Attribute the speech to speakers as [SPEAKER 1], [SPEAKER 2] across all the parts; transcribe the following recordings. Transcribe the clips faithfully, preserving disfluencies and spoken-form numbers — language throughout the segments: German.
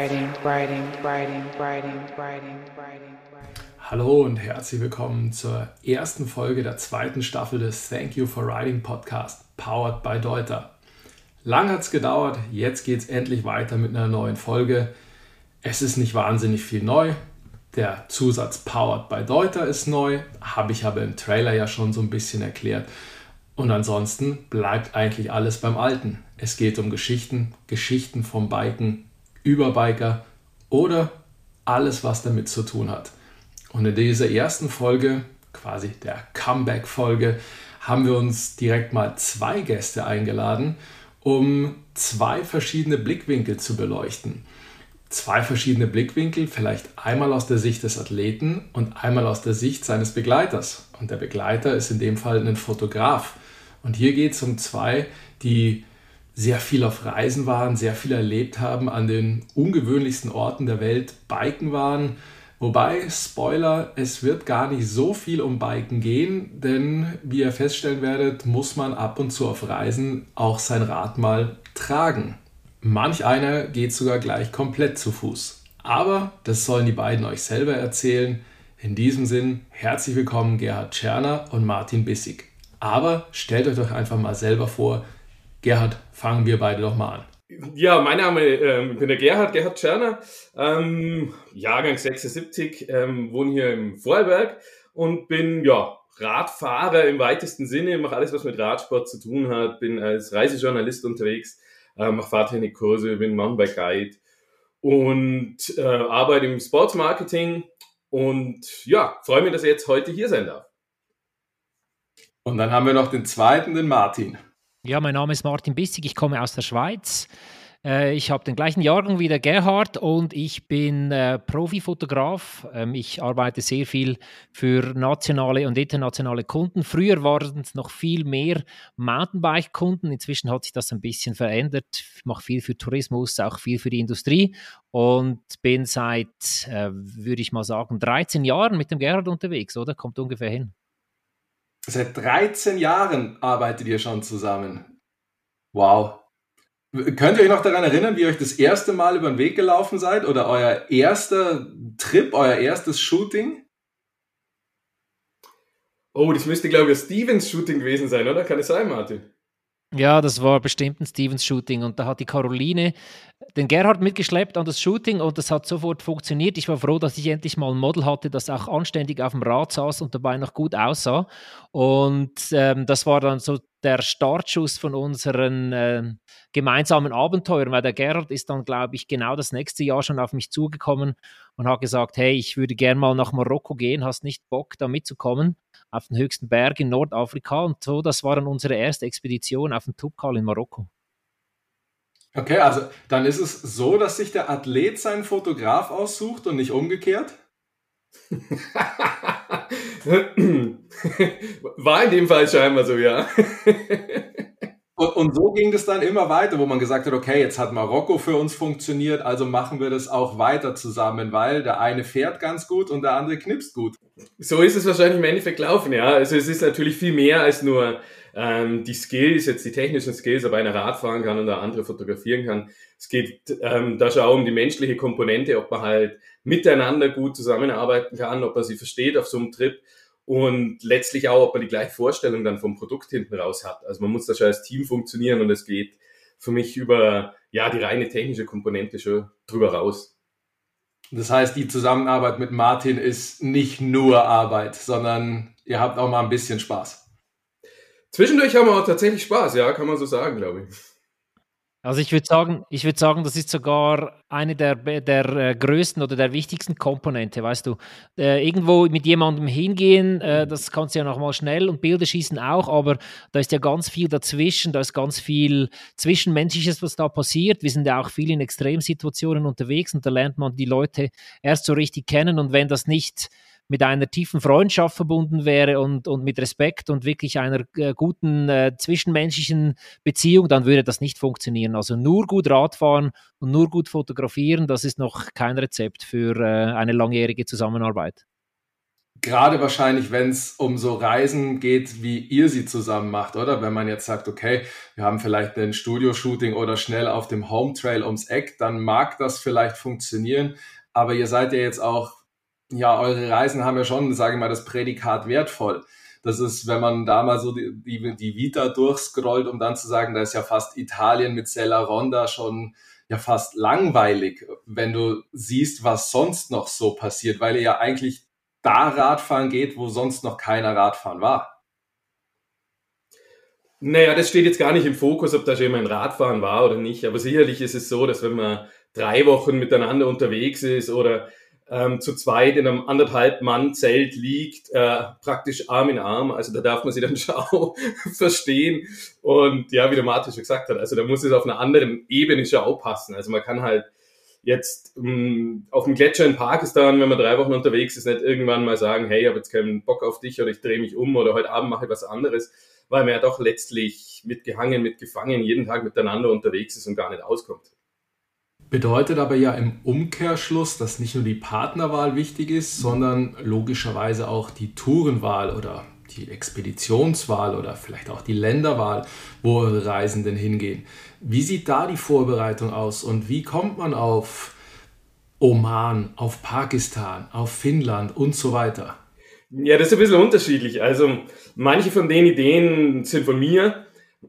[SPEAKER 1] writing, writing, writing, writing, writing, writing.
[SPEAKER 2] Hallo und herzlich willkommen zur ersten Folge der zweiten Staffel des Thank You for Writing Podcast, powered by Deuter. Lang hat es gedauert, jetzt geht es endlich weiter mit einer neuen Folge. Es ist nicht wahnsinnig viel neu. Der Zusatz powered by Deuter ist neu, habe ich aber im Trailer ja schon so ein bisschen erklärt. Und ansonsten bleibt eigentlich alles beim Alten. Es geht um Geschichten, Geschichten vom Biken, über Biker oder alles, was damit zu tun hat. Und in dieser ersten Folge, quasi der Comeback-Folge, haben wir uns direkt mal zwei Gäste eingeladen, um zwei verschiedene Blickwinkel zu beleuchten. Zwei verschiedene Blickwinkel, vielleicht einmal aus der Sicht des Athleten und einmal aus der Sicht seines Begleiters. Und der Begleiter ist in dem Fall ein Fotograf. Und hier geht es um zwei, die sehr viel auf Reisen waren, sehr viel erlebt haben, an den ungewöhnlichsten Orten der Welt biken waren. Wobei, Spoiler, es wird gar nicht so viel um Biken gehen, denn wie ihr feststellen werdet, muss man ab und zu auf Reisen auch sein Rad mal tragen. Manch einer geht sogar gleich komplett zu Fuß. Aber das sollen die beiden euch selber erzählen. In diesem Sinn, herzlich willkommen Gerhard Tscherner und Martin Bissig. Aber stellt euch doch einfach mal selber vor. Gerhard, fangen wir beide doch mal an.
[SPEAKER 3] Ja, mein Name, ähm, ich bin der Gerhard, Gerhard Tscherner, ähm, Jahrgang sechsundsiebzig, ähm, wohne hier im Vorarlberg und bin ja Radfahrer im weitesten Sinne, mache alles, was mit Radsport zu tun hat, bin als Reisejournalist unterwegs, äh, mache Fahrtechnikkurse, bin Mountainbike Guide und äh, arbeite im Sportsmarketing und ja, freue mich, dass ich jetzt heute hier sein darf.
[SPEAKER 2] Und dann haben wir noch den zweiten, den Martin.
[SPEAKER 4] Ja, mein Name ist Martin Bissig, ich komme aus der Schweiz. Äh, ich habe den gleichen Jahrgang wie der Gerhard und ich bin äh, Profifotograf. Ähm, ich arbeite sehr viel für nationale und internationale Kunden. Früher waren es noch viel mehr Mountainbike-Kunden. Inzwischen hat sich das ein bisschen verändert. Ich mache viel für Tourismus, auch viel für die Industrie und bin seit, äh, würde ich mal sagen, dreizehn Jahren mit dem Gerhard unterwegs, oder? Kommt ungefähr hin.
[SPEAKER 2] Seit dreizehn Jahren arbeitet ihr schon zusammen. Wow. Könnt ihr euch noch daran erinnern, wie ihr euch das erste Mal über den Weg gelaufen seid? Oder euer erster Trip, euer erstes Shooting?
[SPEAKER 3] Oh, das müsste, glaube ich, ein Stevens-Shooting gewesen sein, oder? Kann es sein, Martin?
[SPEAKER 4] Ja, das war bestimmt ein Stevens-Shooting und da hat die Caroline den Gerhard mitgeschleppt an das Shooting und das hat sofort funktioniert. Ich war froh, dass ich endlich mal ein Model hatte, das auch anständig auf dem Rad saß und dabei noch gut aussah. Und ähm, das war dann so der Startschuss von unseren äh, gemeinsamen Abenteuern, weil der Gerhard ist dann, glaube ich, genau das nächste Jahr schon auf mich zugekommen und hat gesagt, hey, ich würde gerne mal nach Marokko gehen, hast nicht Bock, da mitzukommen? Auf den höchsten Berg in Nordafrika und so, das war dann unsere erste Expedition auf den Toubkal in Marokko.
[SPEAKER 2] Okay, also dann ist es so, dass sich der Athlet seinen Fotograf aussucht und nicht umgekehrt?
[SPEAKER 3] War in dem Fall scheinbar so, ja.
[SPEAKER 2] und, und so ging es dann immer weiter, wo man gesagt hat, okay, jetzt hat Marokko für uns funktioniert, also machen wir das auch weiter zusammen, weil der eine fährt ganz gut und der andere knipst gut.
[SPEAKER 3] So ist es wahrscheinlich im Endeffekt gelaufen, ja. Also es ist natürlich viel mehr als nur ähm, die Skills, jetzt die technischen Skills, ob einer Rad fahren kann und der andere fotografieren kann. Es geht ähm, da schon auch um die menschliche Komponente, ob man halt miteinander gut zusammenarbeiten kann, ob man sie versteht auf so einem Trip und letztlich auch, ob man die gleiche Vorstellung dann vom Produkt hinten raus hat. Also man muss da schon als Team funktionieren und es geht für mich über ja die reine technische Komponente schon drüber raus.
[SPEAKER 2] Das heißt, die Zusammenarbeit mit Martin ist nicht nur Arbeit, sondern ihr habt auch mal ein bisschen Spaß.
[SPEAKER 3] Zwischendurch haben wir auch tatsächlich Spaß, ja, kann man so sagen, glaube ich.
[SPEAKER 4] Also ich würde sagen, ich würde sagen, das ist sogar eine der, der äh, größten oder der wichtigsten Komponente, weißt du. Äh, irgendwo mit jemandem hingehen, äh, das kannst du ja noch mal schnell und Bilder schießen auch, aber da ist ja ganz viel dazwischen, da ist ganz viel Zwischenmenschliches, was da passiert. Wir sind ja auch viel in Extremsituationen unterwegs und da lernt man die Leute erst so richtig kennen und wenn das nicht mit einer tiefen Freundschaft verbunden wäre und, und mit Respekt und wirklich einer äh, guten äh, zwischenmenschlichen Beziehung, dann würde das nicht funktionieren. Also nur gut Radfahren und nur gut fotografieren, das ist noch kein Rezept für äh, eine langjährige Zusammenarbeit.
[SPEAKER 2] Gerade wahrscheinlich, wenn es um so Reisen geht, wie ihr sie zusammen macht, oder? Wenn man jetzt sagt, okay, wir haben vielleicht ein Studio-Shooting oder schnell auf dem Home Trail ums Eck, dann mag das vielleicht funktionieren. Aber ihr seid ja jetzt auch, ja, eure Reisen haben ja schon, sage ich mal, das Prädikat wertvoll. Das ist, wenn man da mal so die, die, die Vita durchscrollt, um dann zu sagen, da ist ja fast Italien mit Sella Ronda schon ja fast langweilig, wenn du siehst, was sonst noch so passiert, weil ihr ja eigentlich da Radfahren geht, wo sonst noch keiner Radfahren war.
[SPEAKER 3] Naja, das steht jetzt gar nicht im Fokus, ob da schon jemand Radfahren war oder nicht, aber sicherlich ist es so, dass wenn man drei Wochen miteinander unterwegs ist oder ähm, zu zweit in einem anderthalb Mann Zelt liegt, äh, praktisch Arm in Arm, also da darf man sich dann schon auch verstehen und ja, wie der Martin schon gesagt hat, also da muss es auf einer anderen Ebene schon auch passen, also man kann halt jetzt mh, auf dem Gletscher in Pakistan, wenn man drei Wochen unterwegs ist, nicht irgendwann mal sagen, hey, ich habe jetzt keinen Bock auf dich oder ich drehe mich um oder heute Abend mache ich was anderes, weil man ja doch letztlich mitgehangen, mitgefangen jeden Tag miteinander unterwegs ist und gar nicht auskommt.
[SPEAKER 2] Bedeutet aber ja im Umkehrschluss, dass nicht nur die Partnerwahl wichtig ist, sondern logischerweise auch die Tourenwahl oder die Expeditionswahl oder vielleicht auch die Länderwahl, wo eure Reisenden hingehen. Wie sieht da die Vorbereitung aus und wie kommt man auf Oman, auf Pakistan, auf Finnland und so weiter?
[SPEAKER 3] Ja, das ist ein bisschen unterschiedlich. Also manche von den Ideen sind von mir.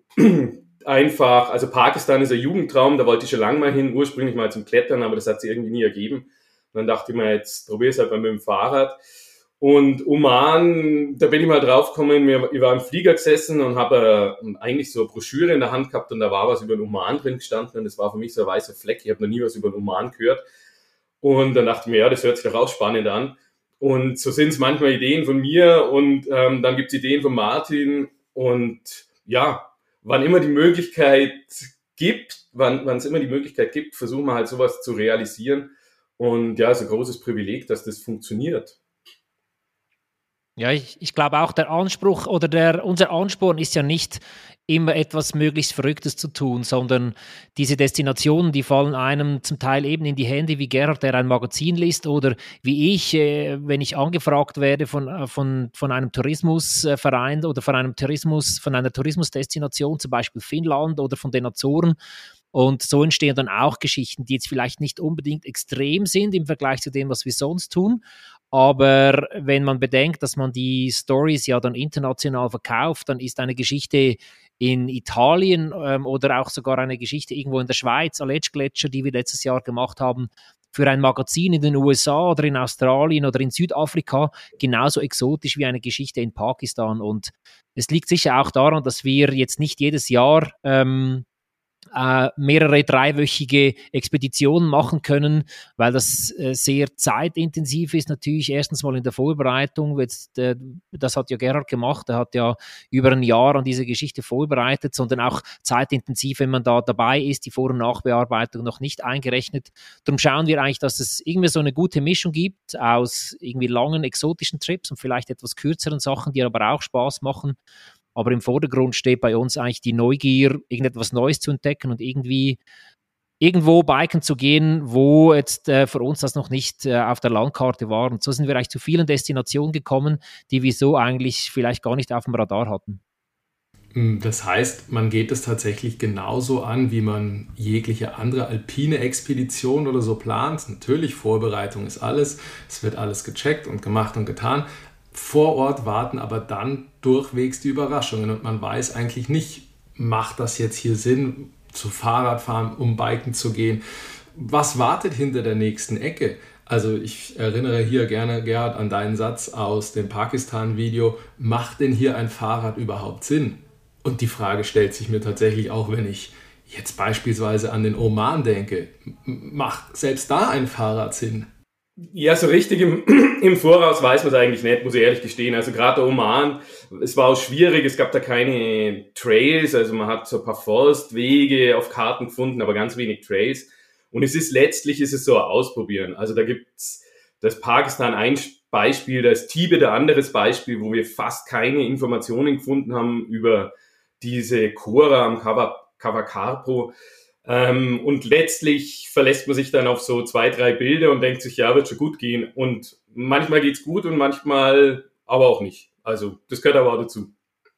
[SPEAKER 3] Einfach, also Pakistan ist ein Jugendtraum, da wollte ich schon lange mal hin, ursprünglich mal zum Klettern, aber das hat sich irgendwie nie ergeben. Und dann dachte ich mir, jetzt probiere ich es halt mal mit dem Fahrrad. Und Oman, da bin ich mal draufgekommen, ich war im Flieger gesessen und habe eigentlich so eine Broschüre in der Hand gehabt und da war was über den Oman drin gestanden und das war für mich so ein weißer Fleck, ich habe noch nie was über den Oman gehört. Und dann dachte ich mir, ja, das hört sich doch auch spannend an. Und so sind es manchmal Ideen von mir und ähm, dann gibt es Ideen von Martin und ja, wann immer die Möglichkeit gibt, wann wann es immer die Möglichkeit gibt, versuchen wir halt sowas zu realisieren. Und ja, es ist ein großes Privileg, dass das funktioniert.
[SPEAKER 4] Ja, ich, ich glaube auch, der Anspruch oder der, unser Ansporn ist ja nicht immer etwas möglichst Verrücktes zu tun, sondern diese Destinationen, die fallen einem zum Teil eben in die Hände, wie Gerhard, der ein Magazin liest, oder wie ich, äh, wenn ich angefragt werde von, von, von einem Tourismusverein oder von einem Tourismus, von einer Tourismusdestination, zum Beispiel Finnland oder von den Azoren. Und so entstehen dann auch Geschichten, die jetzt vielleicht nicht unbedingt extrem sind im Vergleich zu dem, was wir sonst tun. Aber wenn man bedenkt, dass man die Stories ja dann international verkauft, dann ist eine Geschichte in Italien ähm, oder auch sogar eine Geschichte irgendwo in der Schweiz, Aletsch-Gletscher, die wir letztes Jahr gemacht haben, für ein Magazin in den U S A oder in Australien oder in Südafrika genauso exotisch wie eine Geschichte in Pakistan. Und es liegt sicher auch daran, dass wir jetzt nicht jedes Jahr ähm, Äh, mehrere dreiwöchige Expeditionen machen können, weil das äh, sehr zeitintensiv ist, natürlich erstens mal in der Vorbereitung. Jetzt, äh, das hat ja Gerhard gemacht, er hat ja über ein Jahr an diese Geschichte vorbereitet, sondern auch zeitintensiv, wenn man da dabei ist, die Vor- und Nachbearbeitung noch nicht eingerechnet. Darum schauen wir eigentlich, dass es irgendwie so eine gute Mischung gibt aus irgendwie langen, exotischen Trips und vielleicht etwas kürzeren Sachen, die aber auch Spaß machen. Aber im Vordergrund steht bei uns eigentlich die Neugier, irgendetwas Neues zu entdecken und irgendwie irgendwo biken zu gehen, wo jetzt äh, für uns das noch nicht äh, auf der Landkarte war. Und so sind wir eigentlich zu vielen Destinationen gekommen, die wir so eigentlich vielleicht gar nicht auf dem Radar hatten.
[SPEAKER 2] Das heißt, man geht es tatsächlich genauso an, wie man jegliche andere alpine Expedition oder so plant. Natürlich, Vorbereitung ist alles, es wird alles gecheckt und gemacht und getan. Vor Ort warten aber dann durchwegs die Überraschungen und man weiß eigentlich nicht, macht das jetzt hier Sinn, zu Fahrradfahren, um Biken zu gehen? Was wartet hinter der nächsten Ecke? Also ich erinnere hier gerne, Gerhard, an deinen Satz aus dem Pakistan-Video, macht denn hier ein Fahrrad überhaupt Sinn? Und die Frage stellt sich mir tatsächlich auch, wenn ich jetzt beispielsweise an den Oman denke, macht selbst da ein Fahrrad Sinn?
[SPEAKER 3] Ja, so richtig im, im Voraus weiß man es eigentlich nicht, muss ich ehrlich gestehen. Also gerade der Oman, es war auch schwierig, es gab da keine Trails, also man hat so ein paar Forstwege auf Karten gefunden, aber ganz wenig Trails. Und es ist letztlich, ist es so ein Ausprobieren. Also da gibt's das Pakistan ein Beispiel, das Tibet ein anderes Beispiel, wo wir fast keine Informationen gefunden haben über diese Kora am Kavakarpo. Ähm, und letztlich verlässt man sich dann auf so zwei, drei Bilder und denkt sich, ja, wird schon gut gehen. Und manchmal geht's gut und manchmal aber auch nicht. Also das gehört aber auch dazu.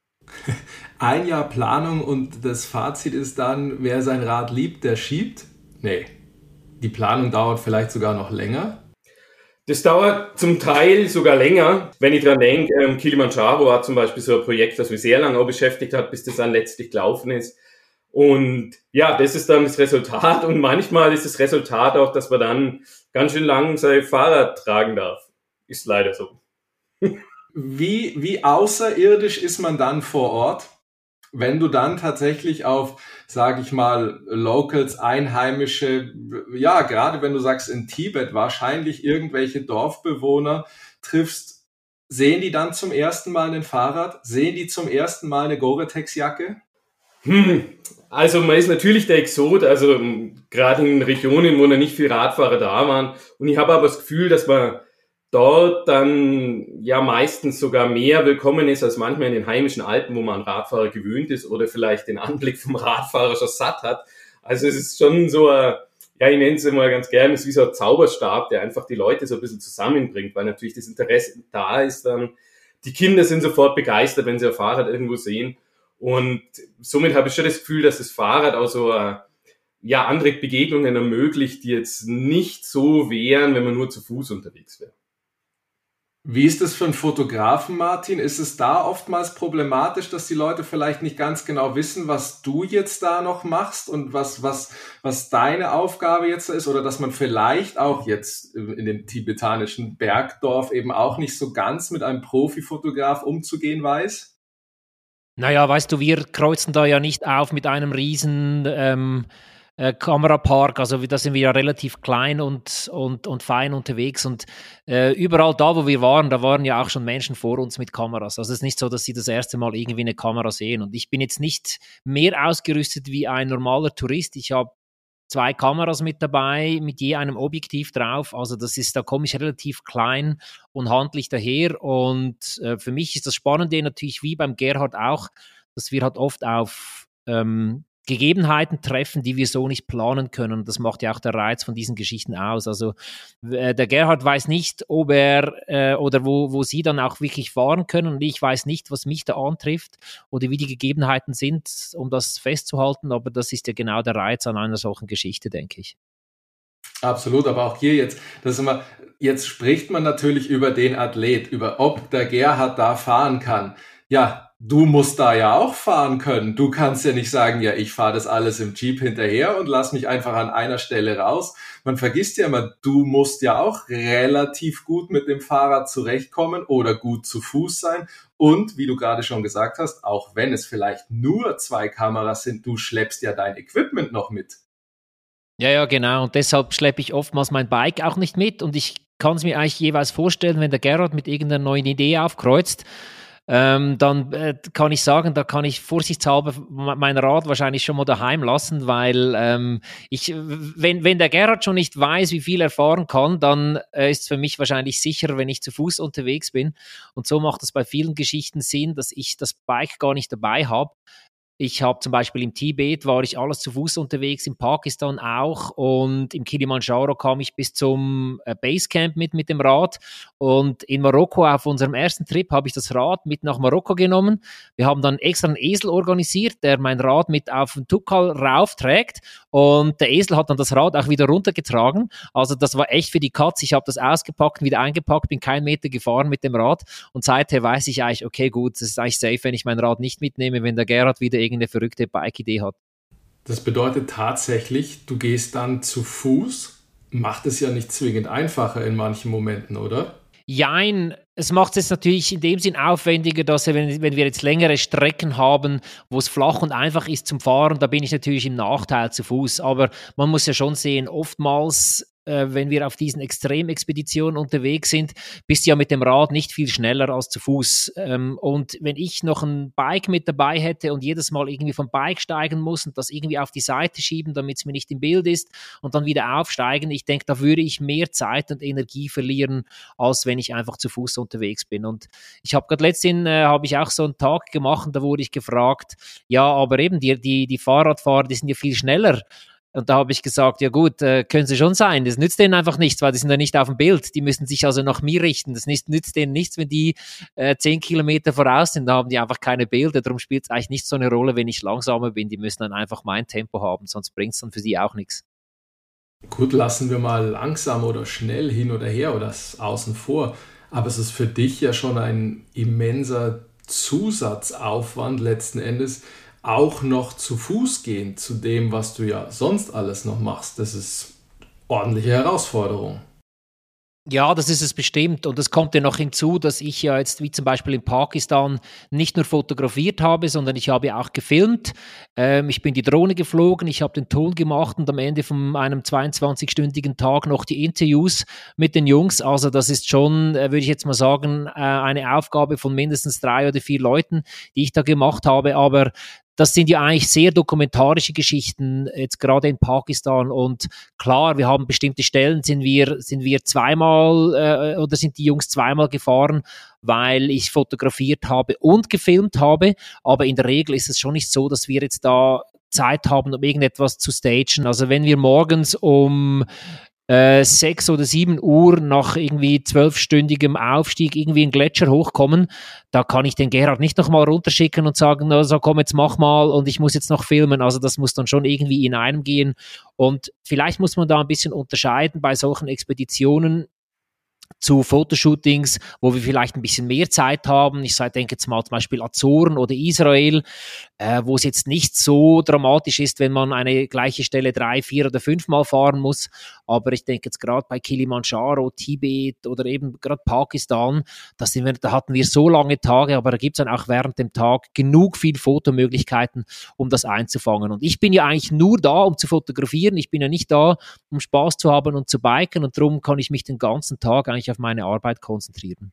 [SPEAKER 2] Ein Jahr Planung und das Fazit ist dann, wer sein Rad liebt, der schiebt? Nee, die Planung dauert vielleicht sogar noch länger.
[SPEAKER 3] Das dauert zum Teil sogar länger. Wenn ich dran denke, ähm, Kilimanjaro war zum Beispiel so ein Projekt, das mich sehr lange auch beschäftigt hat, bis das dann letztlich gelaufen ist. Und ja, das ist dann das Resultat. Und manchmal ist das Resultat auch, dass man dann ganz schön lang sein Fahrrad tragen darf. Ist leider so.
[SPEAKER 2] Wie, wie außerirdisch ist man dann vor Ort, wenn du dann tatsächlich auf, sage ich mal, Locals, Einheimische, ja, gerade wenn du sagst in Tibet, wahrscheinlich irgendwelche Dorfbewohner triffst, sehen die dann zum ersten Mal ein Fahrrad? Sehen die zum ersten Mal eine Gore-Tex-Jacke?
[SPEAKER 3] Hm, also man ist natürlich der Exot, also gerade in Regionen, wo noch nicht viele Radfahrer da waren. Und ich habe aber das Gefühl, dass man dort dann ja meistens sogar mehr willkommen ist als manchmal in den heimischen Alpen, wo man an Radfahrer gewöhnt ist oder vielleicht den Anblick vom Radfahrer schon satt hat. Also es ist schon so ein, ja, ich nenne es immer ganz gerne, es ist wie so ein Zauberstab, der einfach die Leute so ein bisschen zusammenbringt, weil natürlich das Interesse da ist. Dann die Kinder sind sofort begeistert, wenn sie ein Fahrrad irgendwo sehen. Und somit habe ich schon das Gefühl, dass das Fahrrad auch so äh, ja, andere Begegnungen ermöglicht, die jetzt nicht so wären, wenn man nur zu Fuß unterwegs wäre.
[SPEAKER 2] Wie ist es für einen Fotografen, Martin? Ist es da oftmals problematisch, dass die Leute vielleicht nicht ganz genau wissen, was du jetzt da noch machst und was, was, was deine Aufgabe jetzt ist? Oder dass man vielleicht auch jetzt in dem tibetanischen Bergdorf eben auch nicht so ganz mit einem Profifotograf umzugehen weiß?
[SPEAKER 4] Naja, weißt du, wir kreuzen da ja nicht auf mit einem riesen ähm, äh, Kamerapark, also da sind wir ja relativ klein und, und, und fein unterwegs und äh, überall da, wo wir waren, da waren ja auch schon Menschen vor uns mit Kameras. Also es ist nicht so, dass sie das erste Mal irgendwie eine Kamera sehen und ich bin jetzt nicht mehr ausgerüstet wie ein normaler Tourist. Ich habe zwei Kameras mit dabei, mit je einem Objektiv drauf. Also das ist, da komme ich relativ klein und handlich daher. Und äh, für mich ist das Spannende natürlich wie beim Gerhard auch, dass wir halt oft auf ähm, Gegebenheiten treffen, die wir so nicht planen können. Und das macht ja auch der Reiz von diesen Geschichten aus. Also äh, der Gerhard weiß nicht, ob er äh, oder wo, wo sie dann auch wirklich fahren können. Und ich weiß nicht, was mich da antrifft oder wie die Gegebenheiten sind, um das festzuhalten. Aber das ist ja genau der Reiz an einer solchen Geschichte, denke ich.
[SPEAKER 2] Absolut, aber auch hier jetzt, das ist immer, jetzt spricht man natürlich über den Athlet, über ob der Gerhard da fahren kann. Ja, du musst da ja auch fahren können. Du kannst ja nicht sagen, ja, ich fahre das alles im Jeep hinterher und lass mich einfach an einer Stelle raus. Man vergisst ja immer, du musst ja auch relativ gut mit dem Fahrrad zurechtkommen oder gut zu Fuß sein. Und wie du gerade schon gesagt hast, auch wenn es vielleicht nur zwei Kameras sind, du schleppst ja dein Equipment noch mit.
[SPEAKER 4] Ja, ja, genau. Und deshalb schleppe ich oftmals mein Bike auch nicht mit. Und ich kann es mir eigentlich jeweils vorstellen, wenn der Gerhard mit irgendeiner neuen Idee aufkreuzt, ähm, dann äh, kann ich sagen, da kann ich vorsichtshalber mein Rad wahrscheinlich schon mal daheim lassen, weil ähm, ich, wenn, wenn der Gerhard schon nicht weiß, wie viel er fahren kann, dann äh, ist es für mich wahrscheinlich sicherer, wenn ich zu Fuß unterwegs bin. Und so macht es bei vielen Geschichten Sinn, dass ich das Bike gar nicht dabei habe. Ich habe zum Beispiel im Tibet, war ich alles zu Fuß unterwegs, in Pakistan auch und im Kilimanjaro kam ich bis zum äh, Basecamp mit mit dem Rad und in Marokko auf unserem ersten Trip habe ich das Rad mit nach Marokko genommen. Wir haben dann extra einen Esel organisiert, der mein Rad mit auf den Tukal raufträgt und der Esel hat dann das Rad auch wieder runtergetragen. Also das war echt für die Katz. Ich habe das ausgepackt, wieder eingepackt, bin keinen Meter gefahren mit dem Rad und seither weiß ich eigentlich, okay gut, das ist eigentlich safe, wenn ich mein Rad nicht mitnehme, wenn der Gerhard wieder irgendeine verrückte Bike-Idee hat.
[SPEAKER 2] Das bedeutet tatsächlich, du gehst dann zu Fuß, macht es ja nicht zwingend einfacher in manchen Momenten, oder?
[SPEAKER 4] Jein, es macht es natürlich in dem Sinn aufwendiger, dass wenn, wenn wir jetzt längere Strecken haben, wo es flach und einfach ist zum Fahren, da bin ich natürlich im Nachteil zu Fuß. Aber man muss ja schon sehen, oftmals äh, wenn wir auf diesen Extremexpeditionen unterwegs sind, bist du ja mit dem Rad nicht viel schneller als zu Fuß. Ähm, und wenn ich noch ein Bike mit dabei hätte und jedes Mal irgendwie vom Bike steigen muss und das irgendwie auf die Seite schieben, damit es mir nicht im Bild ist und dann wieder aufsteigen, ich denke, da würde ich mehr Zeit und Energie verlieren, als wenn ich einfach zu Fuß unterwegs bin. Und ich habe gerade letztens äh, habe ich auch so einen Tag gemacht und da wurde ich gefragt, ja, aber eben die, die, die Fahrradfahrer, die sind ja viel schneller. Und da habe ich gesagt, ja gut, äh, können sie schon sein. Das nützt denen einfach nichts, weil die sind ja nicht auf dem Bild. Die müssen sich also nach mir richten. Das nützt, nützt denen nichts, wenn die äh, zehn Kilometer voraus sind. Da haben die einfach keine Bilder. Darum spielt es eigentlich nicht so eine Rolle, wenn ich langsamer bin. Die müssen dann einfach mein Tempo haben, sonst bringt es dann für sie auch nichts.
[SPEAKER 2] Gut, lassen wir mal langsam oder schnell hin oder her oder das außen vor. Aber es ist für dich ja schon ein immenser Zusatzaufwand letzten Endes, auch noch zu Fuß gehen zu dem, was du ja sonst alles noch machst. Das ist ordentliche Herausforderung.
[SPEAKER 4] Ja, das ist es bestimmt. Und es kommt ja noch hinzu, dass ich ja jetzt, wie zum Beispiel in Pakistan, nicht nur fotografiert habe, sondern ich habe auch gefilmt. Ähm, ich bin die Drohne geflogen, ich habe den Ton gemacht und am Ende von einem zweiundzwanzig-stündigen Tag noch die Interviews mit den Jungs. Also das ist schon, äh, würde ich jetzt mal sagen, äh, eine Aufgabe von mindestens drei oder vier Leuten, die ich da gemacht habe. Aber das sind ja eigentlich sehr dokumentarische Geschichten, jetzt gerade in Pakistan. Und klar, wir haben bestimmte Stellen, sind wir, sind wir zweimal äh, oder sind die Jungs zweimal gefahren, weil ich fotografiert habe und gefilmt habe. Aber in der Regel ist es schon nicht so, dass wir jetzt da Zeit haben, um irgendetwas zu stagen. Also wenn wir morgens um äh, sechs oder sieben Uhr nach irgendwie zwölfstündigem Aufstieg irgendwie einen Gletscher hochkommen, da kann ich den Gerhard nicht nochmal runterschicken und sagen, na, so komm, jetzt mach mal und ich muss jetzt noch filmen. Also das muss dann schon irgendwie in einem gehen. Und vielleicht muss man da ein bisschen unterscheiden bei solchen Expeditionen zu Fotoshootings, wo wir vielleicht ein bisschen mehr Zeit haben. Ich denke jetzt mal zum Beispiel Azoren oder Israel, äh, wo es jetzt nicht so dramatisch ist, wenn man eine gleiche Stelle drei, vier oder fünfmal fahren muss. Aber ich denke jetzt gerade bei Kilimanjaro, Tibet oder eben gerade Pakistan, da, sind wir, da hatten wir so lange Tage, aber da gibt es dann auch während dem Tag genug viel Fotomöglichkeiten, um das einzufangen. Und ich bin ja eigentlich nur da, um zu fotografieren. Ich bin ja nicht da, um Spaß zu haben und zu biken und darum kann ich mich den ganzen Tag eigentlich auf meine Arbeit konzentrieren.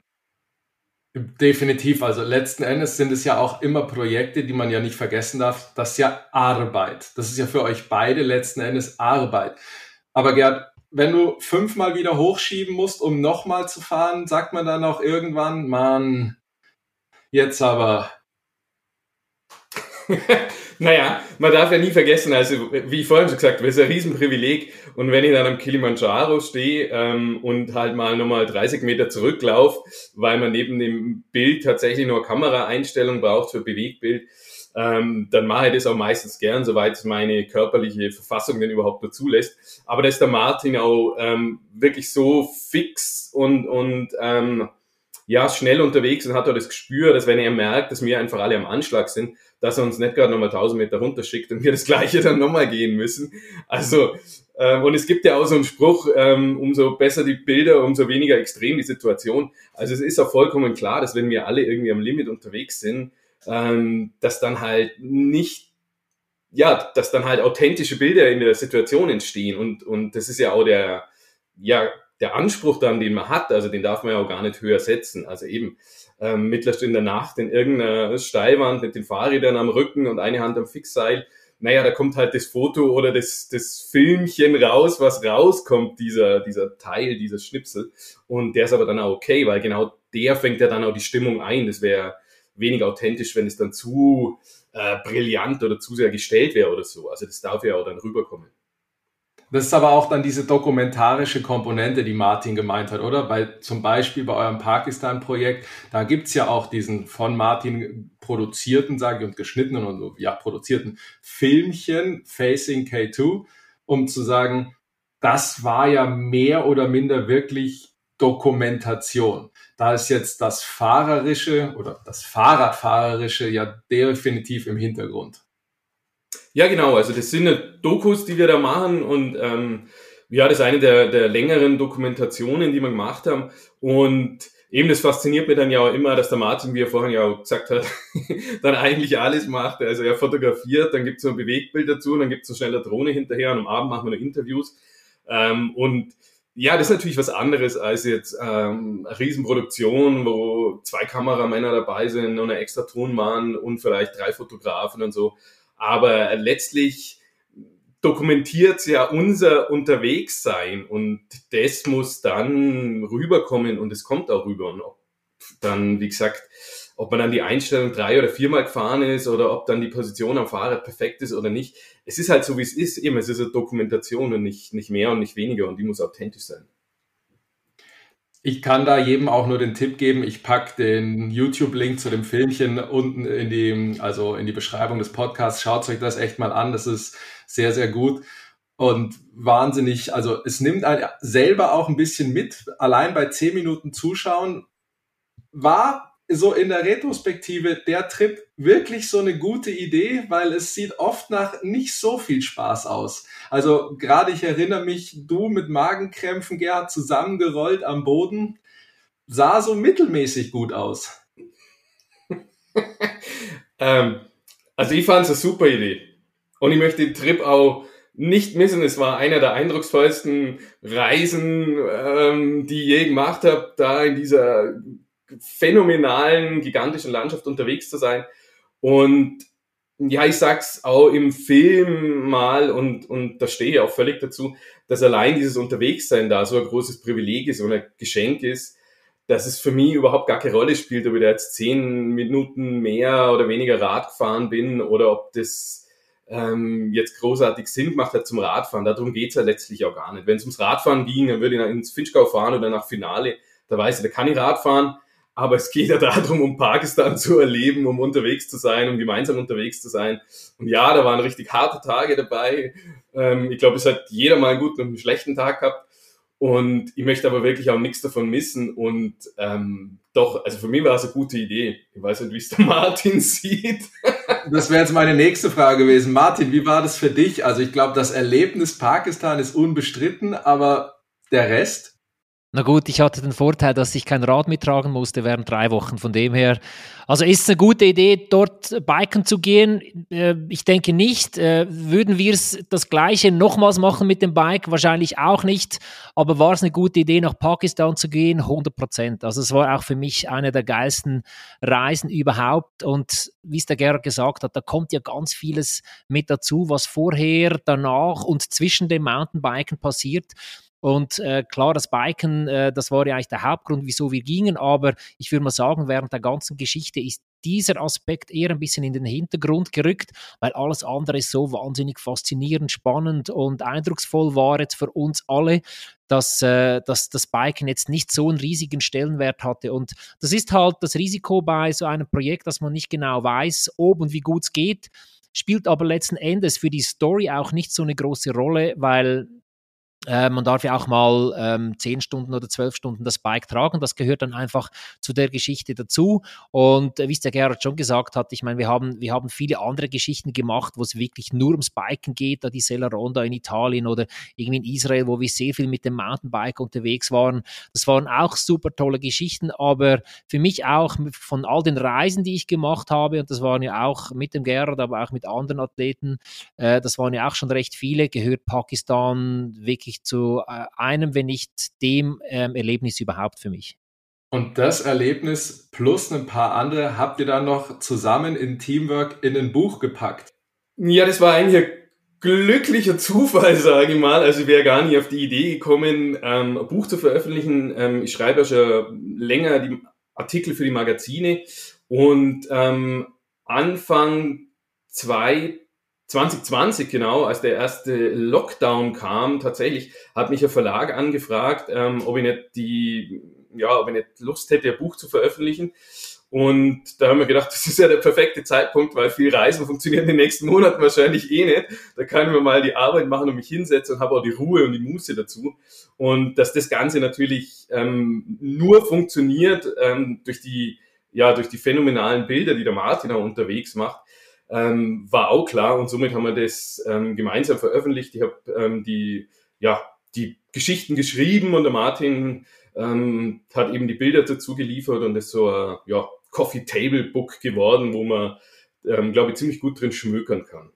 [SPEAKER 2] Definitiv, also letzten Endes sind es ja auch immer Projekte, die man ja nicht vergessen darf. Das ist ja Arbeit. Das ist ja für euch beide letzten Endes Arbeit. Aber Gerd, wenn du fünfmal wieder hochschieben musst, um nochmal zu fahren, sagt man dann auch irgendwann, Mann, jetzt aber...
[SPEAKER 3] Naja, man darf ja nie vergessen, also wie ich vorhin schon gesagt habe, es ist ein Riesenprivileg und wenn ich dann am Kilimanjaro stehe ähm, und halt mal nochmal dreißig Meter zurücklaufe, weil man neben dem Bild tatsächlich nur Kameraeinstellung braucht für Bewegtbild, ähm, dann mache ich das auch meistens gern, soweit meine körperliche Verfassung denn überhaupt nur zulässt. Aber da ist der Martin auch ähm, wirklich so fix und, und ähm, ja, schnell unterwegs und hat auch das Gespür, dass wenn er merkt, dass wir einfach alle am Anschlag sind, dass er uns nicht gerade nochmal tausend Meter runterschickt und wir das Gleiche dann nochmal gehen müssen. Also, ähm, und es gibt ja auch so einen Spruch, ähm, umso besser die Bilder, umso weniger extrem die Situation. Also es ist auch vollkommen klar, dass wenn wir alle irgendwie am Limit unterwegs sind, ähm, dass dann halt nicht, ja, dass dann halt authentische Bilder in der Situation entstehen und, und das ist ja auch der, ja, der Anspruch dann, den man hat, also den darf man ja auch gar nicht höher setzen. Also eben, ähm, mittlerweile in der Nacht in irgendeiner Steilwand mit den Fahrrädern am Rücken und eine Hand am Fixseil. Naja, da kommt halt das Foto oder das, das Filmchen raus, was rauskommt, dieser, dieser Teil, dieser Schnipsel. Und der ist aber dann auch okay, weil genau der fängt ja dann auch die Stimmung ein. Das wäre wenig authentisch, wenn es dann zu äh, brillant oder zu sehr gestellt wäre oder so. Also das darf ja auch dann rüberkommen.
[SPEAKER 2] Das ist aber auch dann diese dokumentarische Komponente, die Martin gemeint hat, oder? Bei, zum Beispiel bei eurem Pakistan-Projekt, da gibt's ja auch diesen von Martin produzierten, sage ich, und geschnittenen und so, ja, produzierten Filmchen, Facing K zwei, um zu sagen, das war ja mehr oder minder wirklich Dokumentation. Da ist jetzt das Fahrerische oder das Fahrradfahrerische ja definitiv im Hintergrund.
[SPEAKER 3] Ja, genau. Also das sind Dokus, die wir da machen und ähm, ja, das ist eine der, der längeren Dokumentationen, die wir gemacht haben. Und eben das fasziniert mich dann ja auch immer, dass der Martin, wie er vorhin ja auch gesagt hat, dann eigentlich alles macht. Also er fotografiert, dann gibt es so ein Bewegtbild dazu, und dann gibt es so schnell eine Drohne hinterher und am Abend machen wir noch Interviews. Ähm, und ja, das ist natürlich was anderes als jetzt ähm, eine Riesenproduktion, wo zwei Kameramänner dabei sind und eine extra Tonmann und vielleicht drei Fotografen und so. Aber letztlich dokumentiert ja unser Unterwegssein und das muss dann rüberkommen und es kommt auch rüber. Und ob dann, wie gesagt, ob man dann die Einstellung drei- oder viermal gefahren ist oder ob dann die Position am Fahrrad perfekt ist oder nicht. Es ist halt so, wie es ist. Eben, es ist eine Dokumentation und nicht, nicht mehr und nicht weniger und die muss authentisch sein.
[SPEAKER 2] Ich kann da jedem auch nur den Tipp geben, ich packe den YouTube-Link zu dem Filmchen unten in die, also in die Beschreibung des Podcasts. Schaut euch das echt mal an, das ist sehr, sehr gut und wahnsinnig, also es nimmt einen selber auch ein bisschen mit, allein bei zehn Minuten Zuschauen war so in der Retrospektive der Trip wirklich so eine gute Idee, weil es sieht oft nach nicht so viel Spaß aus. Also gerade ich erinnere mich, du mit Magenkrämpfen, Gerhard, zusammengerollt am Boden, sah so mittelmäßig gut aus.
[SPEAKER 3] ähm, also ich fand es eine super Idee und ich möchte den Trip auch nicht missen. Es war einer der eindrucksvollsten Reisen, ähm, die ich je gemacht habe, da in dieser phänomenalen, gigantischen Landschaft unterwegs zu sein. Und ja, ich sag's auch im Film mal und, und da stehe ich auch völlig dazu, dass allein dieses Unterwegssein da so ein großes Privileg ist und ein Geschenk ist, dass es für mich überhaupt gar keine Rolle spielt, ob ich da jetzt zehn Minuten mehr oder weniger Rad gefahren bin oder ob das ähm, jetzt großartig Sinn gemacht hat zum Radfahren. Darum geht's ja letztlich auch gar nicht. Wenn es ums Radfahren ging, dann würde ich ins Finchgau fahren oder nach Finale, da weiß ich, da kann ich Radfahren. Aber es geht ja darum, um Pakistan zu erleben, um unterwegs zu sein, um gemeinsam unterwegs zu sein. Und ja, da waren richtig harte Tage dabei. Ähm, ich glaube, es hat jeder mal einen guten und einen schlechten Tag gehabt. Und ich möchte aber wirklich auch nichts davon missen. Und ähm, doch, also für mich war es eine gute Idee. Ich weiß nicht, wie es der Martin sieht.
[SPEAKER 2] Das wäre jetzt meine nächste Frage gewesen. Martin, wie war das für dich? Also ich glaube, das Erlebnis Pakistan ist unbestritten, aber der Rest?
[SPEAKER 4] Na gut, ich hatte den Vorteil, dass ich kein Rad mittragen musste während drei Wochen. Von dem her, also ist es eine gute Idee, dort biken zu gehen? Äh, ich denke nicht. Äh, würden wir es das Gleiche nochmals machen mit dem Bike? Wahrscheinlich auch nicht. Aber war es eine gute Idee, nach Pakistan zu gehen? hundert Prozent. Also es war auch für mich eine der geilsten Reisen überhaupt. Und wie es der Gerhard gesagt hat, da kommt ja ganz vieles mit dazu, was vorher, danach und zwischen dem Mountainbiken passiert. Und äh, klar, das Biken, äh, das war ja eigentlich der Hauptgrund, wieso wir gingen, aber ich würde mal sagen, während der ganzen Geschichte ist dieser Aspekt eher ein bisschen in den Hintergrund gerückt, weil alles andere ist so wahnsinnig faszinierend, spannend und eindrucksvoll war jetzt für uns alle, dass, äh, dass das Biken jetzt nicht so einen riesigen Stellenwert hatte. Und das ist halt das Risiko bei so einem Projekt, dass man nicht genau weiß, ob und wie gut es geht, spielt aber letzten Endes für die Story auch nicht so eine große Rolle, weil Äh, man darf ja auch mal ähm, zehn Stunden oder zwölf Stunden das Bike tragen. Das gehört dann einfach zu der Geschichte dazu. Und äh, wie es der Gerhard schon gesagt hat, ich meine, wir haben, wir haben viele andere Geschichten gemacht, wo es wirklich nur ums Biken geht, da die Sella Ronda in Italien oder irgendwie in Israel, wo wir sehr viel mit dem Mountainbike unterwegs waren. Das waren auch super tolle Geschichten, aber für mich auch von all den Reisen, die ich gemacht habe, und das waren ja auch mit dem Gerhard, aber auch mit anderen Athleten, äh, das waren ja auch schon recht viele, gehört Pakistan wirklich zu äh, einem, wenn nicht dem ähm, Erlebnis überhaupt für mich.
[SPEAKER 2] Und das Erlebnis plus ein paar andere habt ihr dann noch zusammen in Teamwork in ein Buch gepackt?
[SPEAKER 3] Ja, das war eigentlich ein glücklicher Zufall, sage ich mal. Also ich wäre gar nicht auf die Idee gekommen, ähm, ein Buch zu veröffentlichen. Ähm, ich schreibe ja schon länger die Artikel für die Magazine und ähm, Anfang zwei zwanzig zwanzig, genau, als der erste Lockdown kam, tatsächlich hat mich ein Verlag angefragt, ähm, ob ich nicht die, ja, ob ich nicht Lust hätte, ein Buch zu veröffentlichen. Und da haben wir gedacht, das ist ja der perfekte Zeitpunkt, weil viel Reisen funktioniert in den nächsten Monaten wahrscheinlich eh nicht. Da kann ich mir mal die Arbeit machen und mich hinsetzen und habe auch die Ruhe und die Muße dazu. Und dass das Ganze natürlich ähm, nur funktioniert ähm, durch die, ja, durch die phänomenalen Bilder, die der Martin auch unterwegs macht, Ähm, war auch klar und somit haben wir das ähm, gemeinsam veröffentlicht. Ich habe ähm, die, ja, die Geschichten geschrieben und der Martin ähm, hat eben die Bilder dazu geliefert und das ist so ein ja, Coffee Table Book geworden, wo man, ähm, glaube ich, ziemlich gut drin schmökern kann.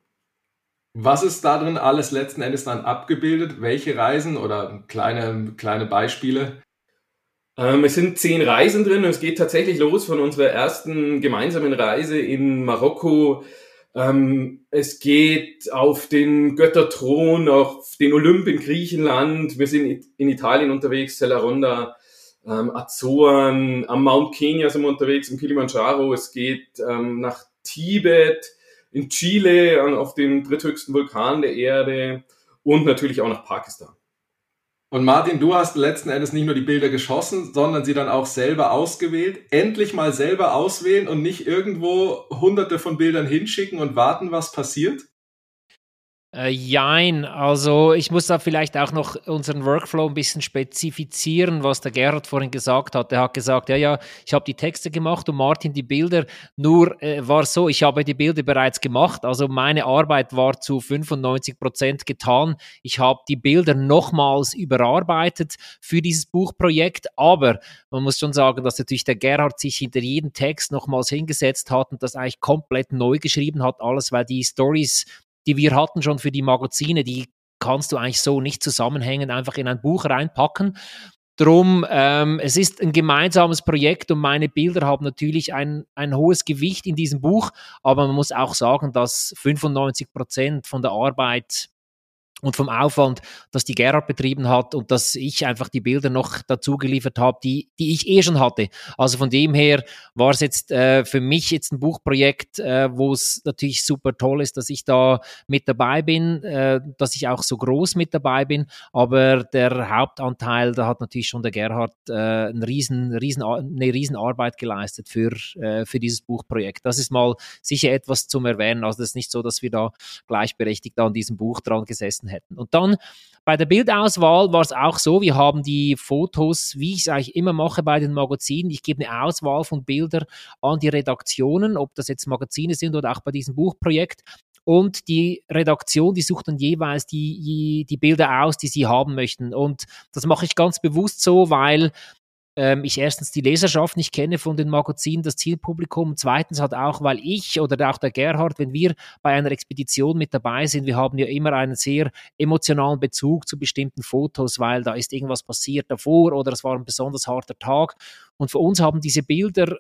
[SPEAKER 2] Was ist da drin alles letzten Endes dann abgebildet? Welche Reisen oder kleine, kleine Beispiele?
[SPEAKER 3] Ähm, es sind zehn Reisen drin und es geht tatsächlich los von unserer ersten gemeinsamen Reise in Marokko. Ähm, es geht auf den Götterthron, auf den Olymp in Griechenland. Wir sind in Italien unterwegs, Sella Ronda. ähm, Azoren, am Mount Kenya sind wir unterwegs, im Kilimanjaro, es geht ähm, nach Tibet, in Chile, an, auf dem dritthöchsten Vulkan der Erde und natürlich auch nach Pakistan.
[SPEAKER 2] Und Martin, du hast letzten Endes nicht nur die Bilder geschossen, sondern sie dann auch selber ausgewählt. Endlich mal selber auswählen und nicht irgendwo hunderte von Bildern hinschicken und warten, was passiert?
[SPEAKER 4] Äh, jein, also ich muss da vielleicht auch noch unseren Workflow ein bisschen spezifizieren, was der Gerhard vorhin gesagt hat. Er hat gesagt, ja, ja, ich habe die Texte gemacht und Martin die Bilder. Nur äh, war so, ich habe die Bilder bereits gemacht, also meine Arbeit war zu fünfundneunzig Prozent getan. Ich habe die Bilder nochmals überarbeitet für dieses Buchprojekt, aber man muss schon sagen, dass natürlich der Gerhard sich hinter jeden Text nochmals hingesetzt hat und das eigentlich komplett neu geschrieben hat, alles, weil die Storys, die wir hatten schon für die Magazine, die kannst du eigentlich so nicht zusammenhängend einfach in ein Buch reinpacken. Drum, ähm, es ist ein gemeinsames Projekt und meine Bilder haben natürlich ein, ein hohes Gewicht in diesem Buch, aber man muss auch sagen, dass fünfundneunzig Prozent von der Arbeit und vom Aufwand, das die Gerhard betrieben hat und dass ich einfach die Bilder noch dazu geliefert habe, die, die ich eh schon hatte. Also von dem her war es jetzt äh, für mich jetzt ein Buchprojekt, äh, wo es natürlich super toll ist, dass ich da mit dabei bin, äh, dass ich auch so groß mit dabei bin, aber der Hauptanteil, da hat natürlich schon der Gerhard äh, eine riesen, riesen, eine riesen Arbeit geleistet für, äh, für dieses Buchprojekt. Das ist mal sicher etwas zum Erwähnen. Also das ist nicht so, dass wir da gleichberechtigt an diesem Buch dran gesessen hätten. Und dann bei der Bildauswahl war es auch so, wir haben die Fotos, wie ich es eigentlich immer mache bei den Magazinen, ich gebe eine Auswahl von Bildern an die Redaktionen, ob das jetzt Magazine sind oder auch bei diesem Buchprojekt. Und die Redaktion, die sucht dann jeweils die, die, die Bilder aus, die sie haben möchten. Und das mache ich ganz bewusst so, weil ähm, ich erstens die Leserschaft nicht kenne von den Magazinen, das Zielpublikum, und zweitens halt auch, weil ich oder auch der Gerhard, wenn wir bei einer Expedition mit dabei sind, wir haben ja immer einen sehr emotionalen Bezug zu bestimmten Fotos, weil da ist irgendwas passiert davor oder es war ein besonders harter Tag, und für uns haben diese Bilder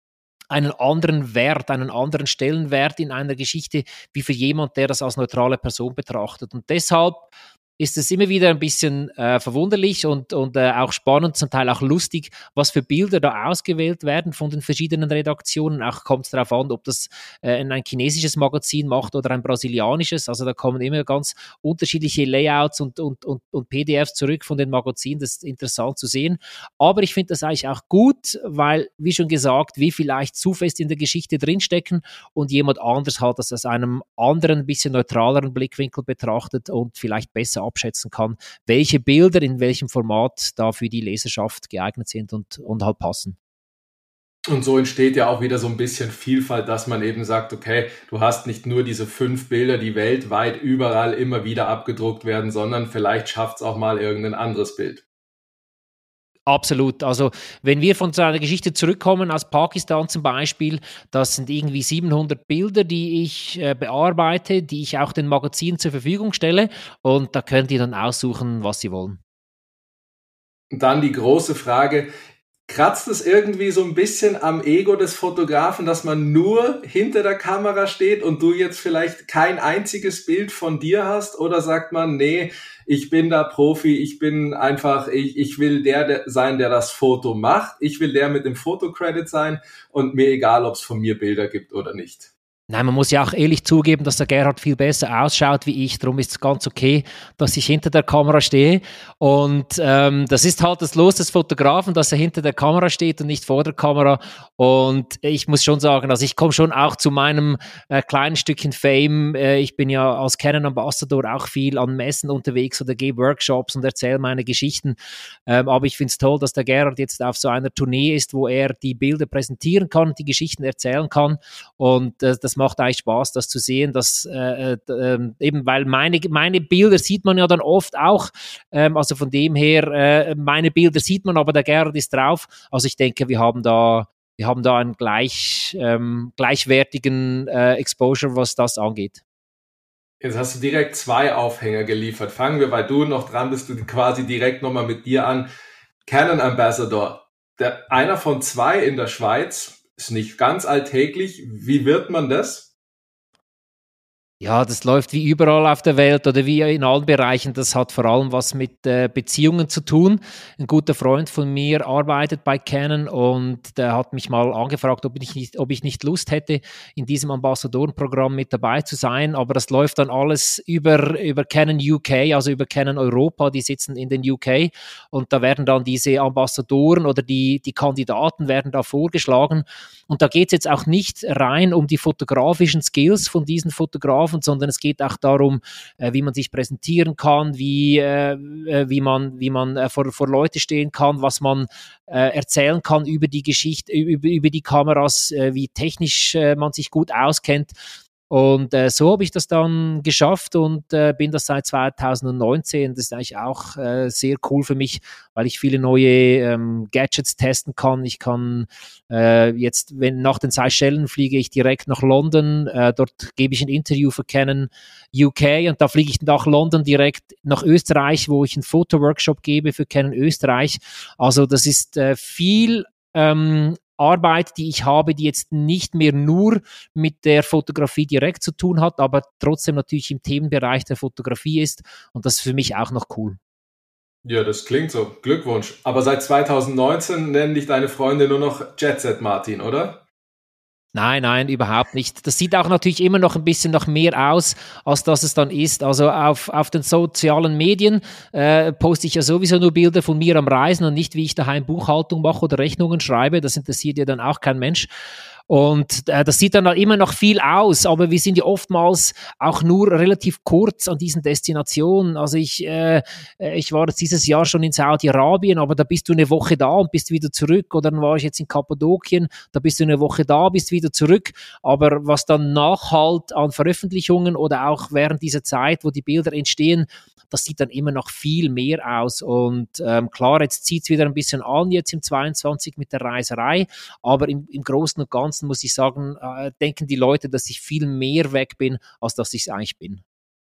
[SPEAKER 4] einen anderen Wert, einen anderen Stellenwert in einer Geschichte, wie für jemand, der das als neutrale Person betrachtet. Und deshalb ist es immer wieder ein bisschen äh, verwunderlich und, und äh, auch spannend, zum Teil auch lustig, was für Bilder da ausgewählt werden von den verschiedenen Redaktionen. Auch kommt es darauf an, ob das äh, ein chinesisches Magazin macht oder ein brasilianisches. Also da kommen immer ganz unterschiedliche Layouts und, und, und, und P D Fs zurück von den Magazinen. Das ist interessant zu sehen. Aber ich finde das eigentlich auch gut, weil, wie schon gesagt, wir vielleicht zu fest in der Geschichte drinstecken und jemand anders halt das aus einem anderen, bisschen neutraleren Blickwinkel betrachtet und vielleicht besser abschätzen kann, welche Bilder in welchem Format da für die Leserschaft geeignet sind und, und halt passen.
[SPEAKER 2] Und so entsteht ja auch wieder so ein bisschen Vielfalt, dass man eben sagt, okay, du hast nicht nur diese fünf Bilder, die weltweit überall immer wieder abgedruckt werden, sondern vielleicht schafft es auch mal irgendein anderes Bild.
[SPEAKER 4] Absolut. Also wenn wir von so einer Geschichte zurückkommen, aus Pakistan zum Beispiel, das sind irgendwie siebenhundert Bilder, die ich äh, bearbeite, die ich auch den Magazinen zur Verfügung stelle, und da können die dann aussuchen, was sie wollen.
[SPEAKER 2] Und dann die große Frage, kratzt es irgendwie so ein bisschen am Ego des Fotografen, dass man nur hinter der Kamera steht und du jetzt vielleicht kein einziges Bild von dir hast? Oder sagt man, nee, ich bin da Profi, ich bin einfach, ich, ich will der, der sein, der das Foto macht, ich will der mit dem Fotocredit sein und mir egal, ob es von mir Bilder gibt oder nicht?
[SPEAKER 4] Nein, man muss ja auch ehrlich zugeben, dass der Gerhard viel besser ausschaut wie ich. Darum ist es ganz okay, dass ich hinter der Kamera stehe. Und ähm, das ist halt das Los des Fotografen, dass er hinter der Kamera steht und nicht vor der Kamera. Und ich muss schon sagen, also ich komme schon auch zu meinem äh, kleinen Stückchen Fame. Äh, ich bin ja als Canon Ambassador auch viel an Messen unterwegs oder gebe Workshops und erzähle meine Geschichten. Ähm, aber ich finde es toll, dass der Gerhard jetzt auf so einer Tournee ist, wo er die Bilder präsentieren kann, die Geschichten erzählen kann. Und äh, das macht eigentlich Spaß, das zu sehen, dass äh, äh, eben, weil meine, meine Bilder sieht man ja dann oft auch, ähm, also von dem her, äh, meine Bilder sieht man, aber der Gerhard ist drauf. Also ich denke, wir haben da, wir haben da einen gleich, ähm, gleichwertigen äh, Exposure, was das angeht.
[SPEAKER 2] Jetzt hast du direkt zwei Aufhänger geliefert. Fangen wir, weil du noch dran bist, du quasi direkt nochmal mit dir an. Canon Ambassador, der, einer von zwei in der Schweiz, ist nicht ganz alltäglich. Wie wird man das?
[SPEAKER 4] Ja, das läuft wie überall auf der Welt oder wie in allen Bereichen. Das hat vor allem was mit äh, Beziehungen zu tun. Ein guter Freund von mir arbeitet bei Canon und der hat mich mal angefragt, ob ich nicht, ob ich nicht Lust hätte, in diesem Ambassadorenprogramm mit dabei zu sein. Aber das läuft dann alles über, über Canon U K, also über Canon Europa. Die sitzen in den U K und da werden dann diese Ambassadoren oder die, die Kandidaten werden da vorgeschlagen. Und da geht es jetzt auch nicht rein um die fotografischen Skills von diesen Fotografen, sondern es geht auch darum, äh, wie man sich präsentieren kann, wie, äh, wie man, wie man äh, vor, vor Leute stehen kann, was man äh, erzählen kann über die Geschichte, über, über die Kameras, äh, wie technisch äh, man sich gut auskennt. Und äh, so habe ich das dann geschafft und äh, bin das seit zwanzig neunzehn. Das ist eigentlich auch äh, sehr cool für mich, weil ich viele neue ähm, Gadgets testen kann. Ich kann äh, jetzt, wenn nach den Seychellen fliege ich direkt nach London. Äh, dort gebe ich ein Interview für Canon U K und da fliege ich nach London direkt nach Österreich, wo ich einen Fotoworkshop gebe für Canon Österreich. Also das ist äh, viel ähm, Arbeit, die ich habe, die jetzt nicht mehr nur mit der Fotografie direkt zu tun hat, aber trotzdem natürlich im Themenbereich der Fotografie ist und das ist für mich auch noch cool.
[SPEAKER 2] Ja, das klingt so. Glückwunsch. Aber seit zwanzig neunzehn nennen dich deine Freunde nur noch Jetset Martin, oder?
[SPEAKER 4] Nein, nein, überhaupt nicht. Das sieht auch natürlich immer noch ein bisschen nach mehr aus, als das es dann ist. Also auf, auf den sozialen Medien äh, poste ich ja sowieso nur Bilder von mir am Reisen und nicht, wie ich daheim Buchhaltung mache oder Rechnungen schreibe. Das interessiert ja dann auch kein Mensch. Und äh, das sieht dann halt immer noch viel aus, aber wir sind ja oftmals auch nur relativ kurz an diesen Destinationen. Also ich, äh, ich war jetzt dieses Jahr schon in Saudi-Arabien, aber da bist du eine Woche da und bist wieder zurück. Oder dann war ich jetzt in Kappadokien, da bist du eine Woche da, bist wieder zurück. Aber was dann nachhalt an Veröffentlichungen oder auch während dieser Zeit, wo die Bilder entstehen, das sieht dann immer noch viel mehr aus. Und ähm, klar, jetzt zieht es wieder ein bisschen an, jetzt im zweiundzwanzig mit der Reiserei, aber im, im Großen und Ganzen muss ich sagen, äh, denken die Leute, dass ich viel mehr weg bin, als dass ich es eigentlich bin.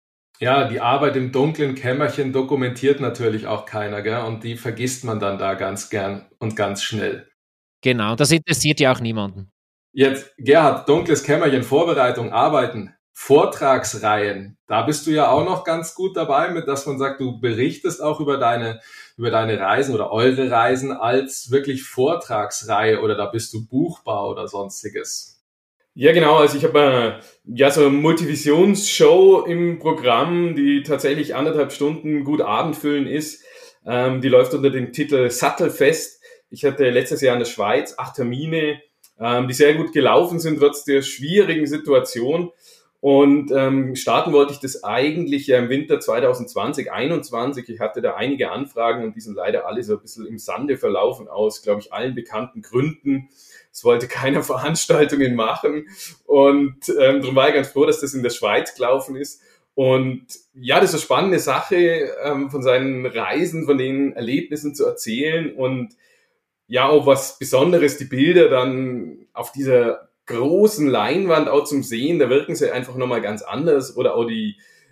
[SPEAKER 2] Ja, die Arbeit im dunklen Kämmerchen dokumentiert natürlich auch keiner, gell? Und die vergisst man dann da ganz gern und ganz schnell.
[SPEAKER 4] Genau, das interessiert ja auch niemanden.
[SPEAKER 2] Jetzt, Gerhard, dunkles Kämmerchen, Vorbereitung, Arbeiten, Vortragsreihen. Da bist du ja auch noch ganz gut dabei, mit dass man sagt, du berichtest auch über deine, über deine Reisen oder eure Reisen als wirklich Vortragsreihe oder da bist du buchbar oder sonstiges.
[SPEAKER 3] Ja, genau. Also ich habe äh, ja so eine Multivisionsshow im Programm, die tatsächlich anderthalb Stunden gut abendfüllen ist. Ähm, die läuft unter dem Titel Sattelfest. Ich hatte letztes Jahr in der Schweiz acht Termine, ähm, die sehr gut gelaufen sind, trotz der schwierigen Situation. Und ähm, starten wollte ich das eigentlich ja im Winter zwanzig zwanzig, einundzwanzig. Ich hatte da einige Anfragen und die sind leider alle so ein bisschen im Sande verlaufen aus, glaube ich, allen bekannten Gründen. Es wollte keiner Veranstaltungen machen und ähm, darum war ich ganz froh, dass das in der Schweiz gelaufen ist. Und ja, das ist eine spannende Sache, ähm, von seinen Reisen, von den Erlebnissen zu erzählen und ja, auch was Besonderes, die Bilder dann auf dieser großen Leinwand auch zum Sehen, da wirken sie einfach nochmal ganz anders oder auch die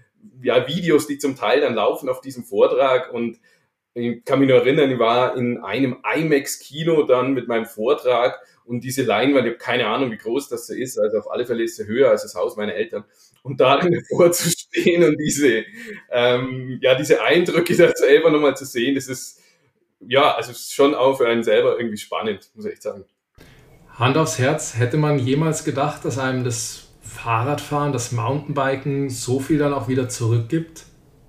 [SPEAKER 3] ja, Videos, die zum Teil dann laufen auf diesem Vortrag und ich kann mich nur erinnern, ich war in einem IMAX-Kino dann mit meinem Vortrag und diese Leinwand, ich habe keine Ahnung, wie groß das so ist, also auf alle Fälle ist sie höher als das Haus meiner Eltern und da davor zu stehen und diese, ähm, ja, diese Eindrücke da selber nochmal zu sehen, das ist, ja, also schon auch für einen selber irgendwie spannend, muss ich echt sagen.
[SPEAKER 2] Hand aufs Herz, hätte man jemals gedacht, dass einem das Fahrradfahren, das Mountainbiken so viel dann auch wieder zurückgibt?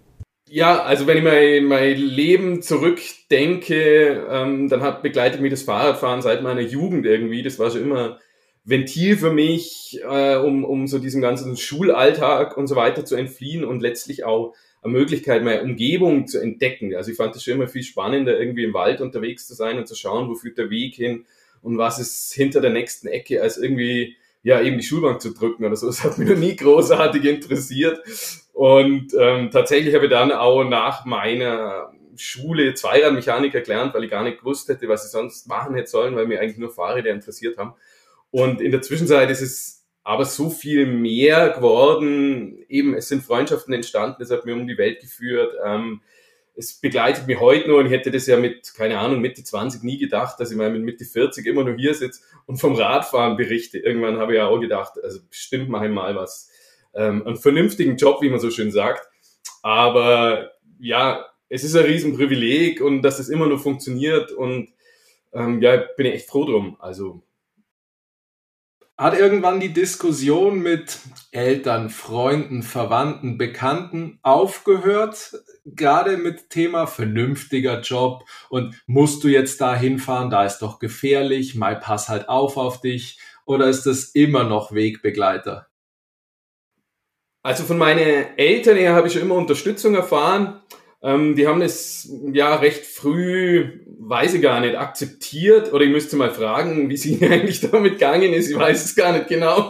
[SPEAKER 3] Ja, also wenn ich mein, mein Leben zurückdenke, ähm, dann hat begleitet mich das Fahrradfahren seit meiner Jugend irgendwie. Das war schon immer Ventil für mich, äh, um, um so diesen ganzen Schulalltag und so weiter zu entfliehen und letztlich auch eine Möglichkeit, meine Umgebung zu entdecken. Also ich fand es schon immer viel spannender, irgendwie im Wald unterwegs zu sein und zu schauen, wo führt der Weg hin und was ist hinter der nächsten Ecke, als irgendwie ja eben die Schulbank zu drücken oder so. Das hat mich noch nie großartig interessiert. Und ähm, tatsächlich habe ich dann auch nach meiner Schule Zweiradmechaniker gelernt, weil ich gar nicht gewusst hätte, was ich sonst machen hätte sollen, weil mir eigentlich nur Fahrräder interessiert haben. Und in der Zwischenzeit ist es aber so viel mehr geworden. Eben, es sind Freundschaften entstanden, es hat mir um die Welt geführt. Ähm, es begleitet mich heute nur und ich hätte das ja mit, keine Ahnung, Mitte zwanzig nie gedacht, dass ich mal mit Mitte vierzig immer nur hier sitze und vom Radfahren berichte. Irgendwann habe ich ja auch gedacht, also bestimmt mache ich mal was ähm, einen vernünftigen Job, wie man so schön sagt. Aber ja, es ist ein Riesenprivileg und dass es immer noch funktioniert und ähm, ja, bin ich echt froh drum. Also
[SPEAKER 2] hat irgendwann die Diskussion mit Eltern, Freunden, Verwandten, Bekannten aufgehört, gerade mit Thema vernünftiger Job und musst du jetzt da hinfahren, da ist doch gefährlich, mal pass halt auf auf dich, oder ist das immer noch Wegbegleiter?
[SPEAKER 3] Also von meinen Eltern her habe ich schon immer Unterstützung erfahren. Ähm, die haben es ja recht früh, weiß ich gar nicht, akzeptiert. Oder ich müsste mal fragen, wie es ihnen eigentlich damit gegangen ist. Ich weiß es gar nicht genau.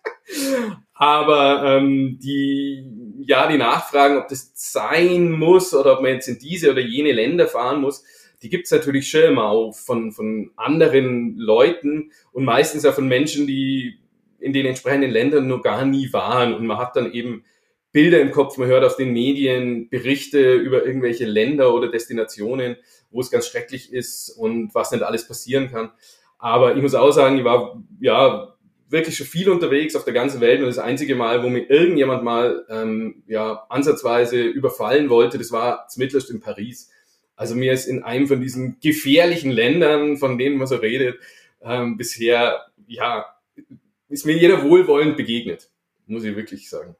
[SPEAKER 3] Aber ähm, die, ja, die Nachfragen, ob das sein muss oder ob man jetzt in diese oder jene Länder fahren muss, die gibt's natürlich schon immer auch von, von anderen Leuten und meistens auch von Menschen, die in den entsprechenden Ländern nur gar nie waren. Und man hat dann eben Bilder im Kopf, man hört aus den Medien Berichte über irgendwelche Länder oder Destinationen, wo es ganz schrecklich ist und was nicht alles passieren kann. Aber ich muss auch sagen, ich war ja wirklich schon viel unterwegs auf der ganzen Welt und das einzige Mal, wo mir irgendjemand mal ähm, ja ansatzweise überfallen wollte, das war zumittelst in Paris. Also mir ist in einem von diesen gefährlichen Ländern, von denen man so redet, ähm, bisher ja ist mir jeder wohlwollend begegnet, muss ich wirklich sagen.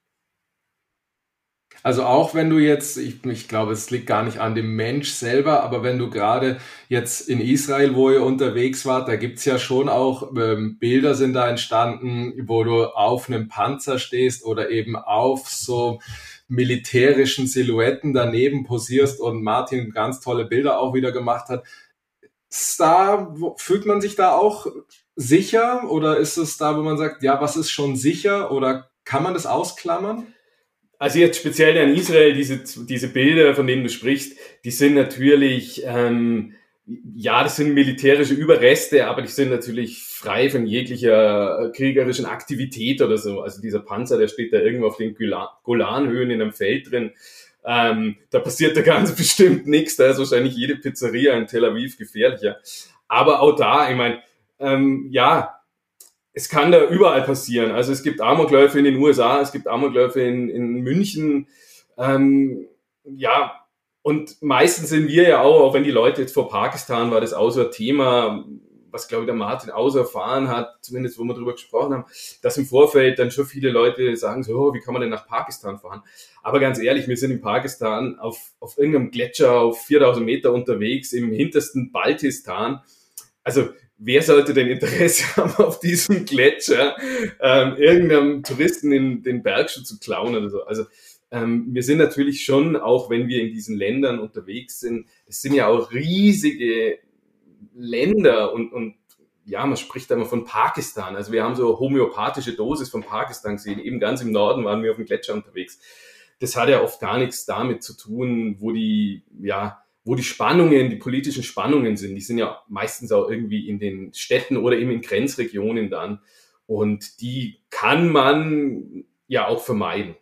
[SPEAKER 2] Also auch wenn du jetzt, ich, ich glaube, es liegt gar nicht an dem Mensch selber, aber wenn du gerade jetzt in Israel, wo ihr unterwegs wart, da gibt's ja schon auch ähm, Bilder sind da entstanden, wo du auf einem Panzer stehst oder eben auf so militärischen Silhouetten daneben posierst und Martin ganz tolle Bilder auch wieder gemacht hat. Ist da, wo, fühlt man sich da auch sicher oder ist es da, wo man sagt, ja, was ist schon sicher oder kann man das ausklammern?
[SPEAKER 3] Also jetzt speziell in Israel, diese, diese Bilder, von denen du sprichst, die sind natürlich, ähm, ja, das sind militärische Überreste, aber die sind natürlich frei von jeglicher kriegerischen Aktivität oder so. Also dieser Panzer, der steht da irgendwo auf den Golanhöhen in einem Feld drin. Ähm, da passiert da ganz bestimmt nichts. Da ist wahrscheinlich jede Pizzeria in Tel Aviv gefährlicher. Aber auch da, ich meine, ähm, ja, es kann da überall passieren. Also es gibt Amokläufe in den U S A, es gibt Amokläufe in, in München. Ähm, ja, und meistens sind wir ja auch, auch wenn die Leute jetzt vor Pakistan, war das auch so ein Thema, was, glaube ich, der Martin auch so erfahren hat, zumindest wo wir darüber gesprochen haben, dass im Vorfeld dann schon viele Leute sagen so, oh, wie kann man denn nach Pakistan fahren? Aber ganz ehrlich, wir sind in Pakistan auf, auf irgendeinem Gletscher auf viertausend Meter unterwegs, im hintersten Baltistan. Also wer sollte denn Interesse haben, auf diesem Gletscher ähm, irgendeinem Touristen in den Bergschuh zu klauen oder so? Also ähm, wir sind natürlich schon, auch wenn wir in diesen Ländern unterwegs sind, es sind ja auch riesige Länder und, und ja, man spricht da immer von Pakistan. Also wir haben so homöopathische Dosis von Pakistan gesehen. Eben ganz im Norden waren wir auf dem Gletscher unterwegs. Das hat ja oft gar nichts damit zu tun, wo die, ja, wo die Spannungen, die politischen Spannungen sind. Die sind ja meistens auch irgendwie in den Städten oder eben in Grenzregionen dann. Und die kann man ja auch vermeiden.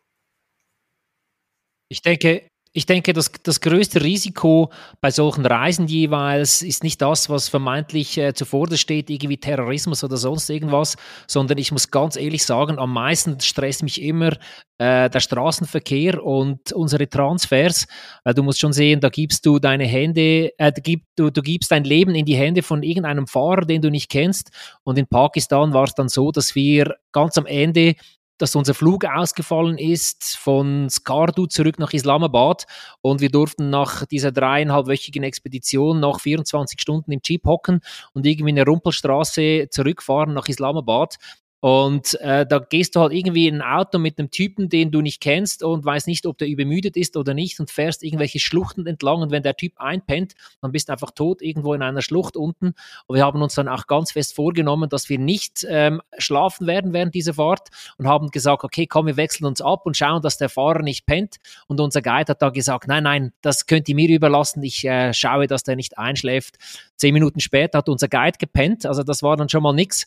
[SPEAKER 4] Ich denke, ich denke, das, das größte Risiko bei solchen Reisen jeweils ist nicht das, was vermeintlich äh, zuvor steht, irgendwie Terrorismus oder sonst irgendwas, sondern ich muss ganz ehrlich sagen, am meisten stresst mich immer äh, der Straßenverkehr und unsere Transfers. Äh, du musst schon sehen, da gibst du deine Hände, äh, gib, du, du gibst dein Leben in die Hände von irgendeinem Fahrer, den du nicht kennst. Und in Pakistan war es dann so, dass wir ganz am Ende dass unser Flug ausgefallen ist von Skardu zurück nach Islamabad und wir durften nach dieser dreieinhalbwöchigen Expedition noch vierundzwanzig Stunden im Jeep hocken und irgendwie in eine Rumpelstraße zurückfahren nach Islamabad. Und äh, da gehst du halt irgendwie in ein Auto mit einem Typen, den du nicht kennst und weißt nicht, ob der übermüdet ist oder nicht und fährst irgendwelche Schluchten entlang und wenn der Typ einpennt, dann bist du einfach tot irgendwo in einer Schlucht unten. Und wir haben uns dann auch ganz fest vorgenommen, dass wir nicht ähm, schlafen werden während dieser Fahrt und haben gesagt, okay, komm, wir wechseln uns ab und schauen, dass der Fahrer nicht pennt. Und unser Guide hat da gesagt, nein, nein, das könnt ihr mir überlassen, ich äh, schaue, dass der nicht einschläft. Zehn Minuten später hat unser Guide gepennt, also das war dann schon mal nix.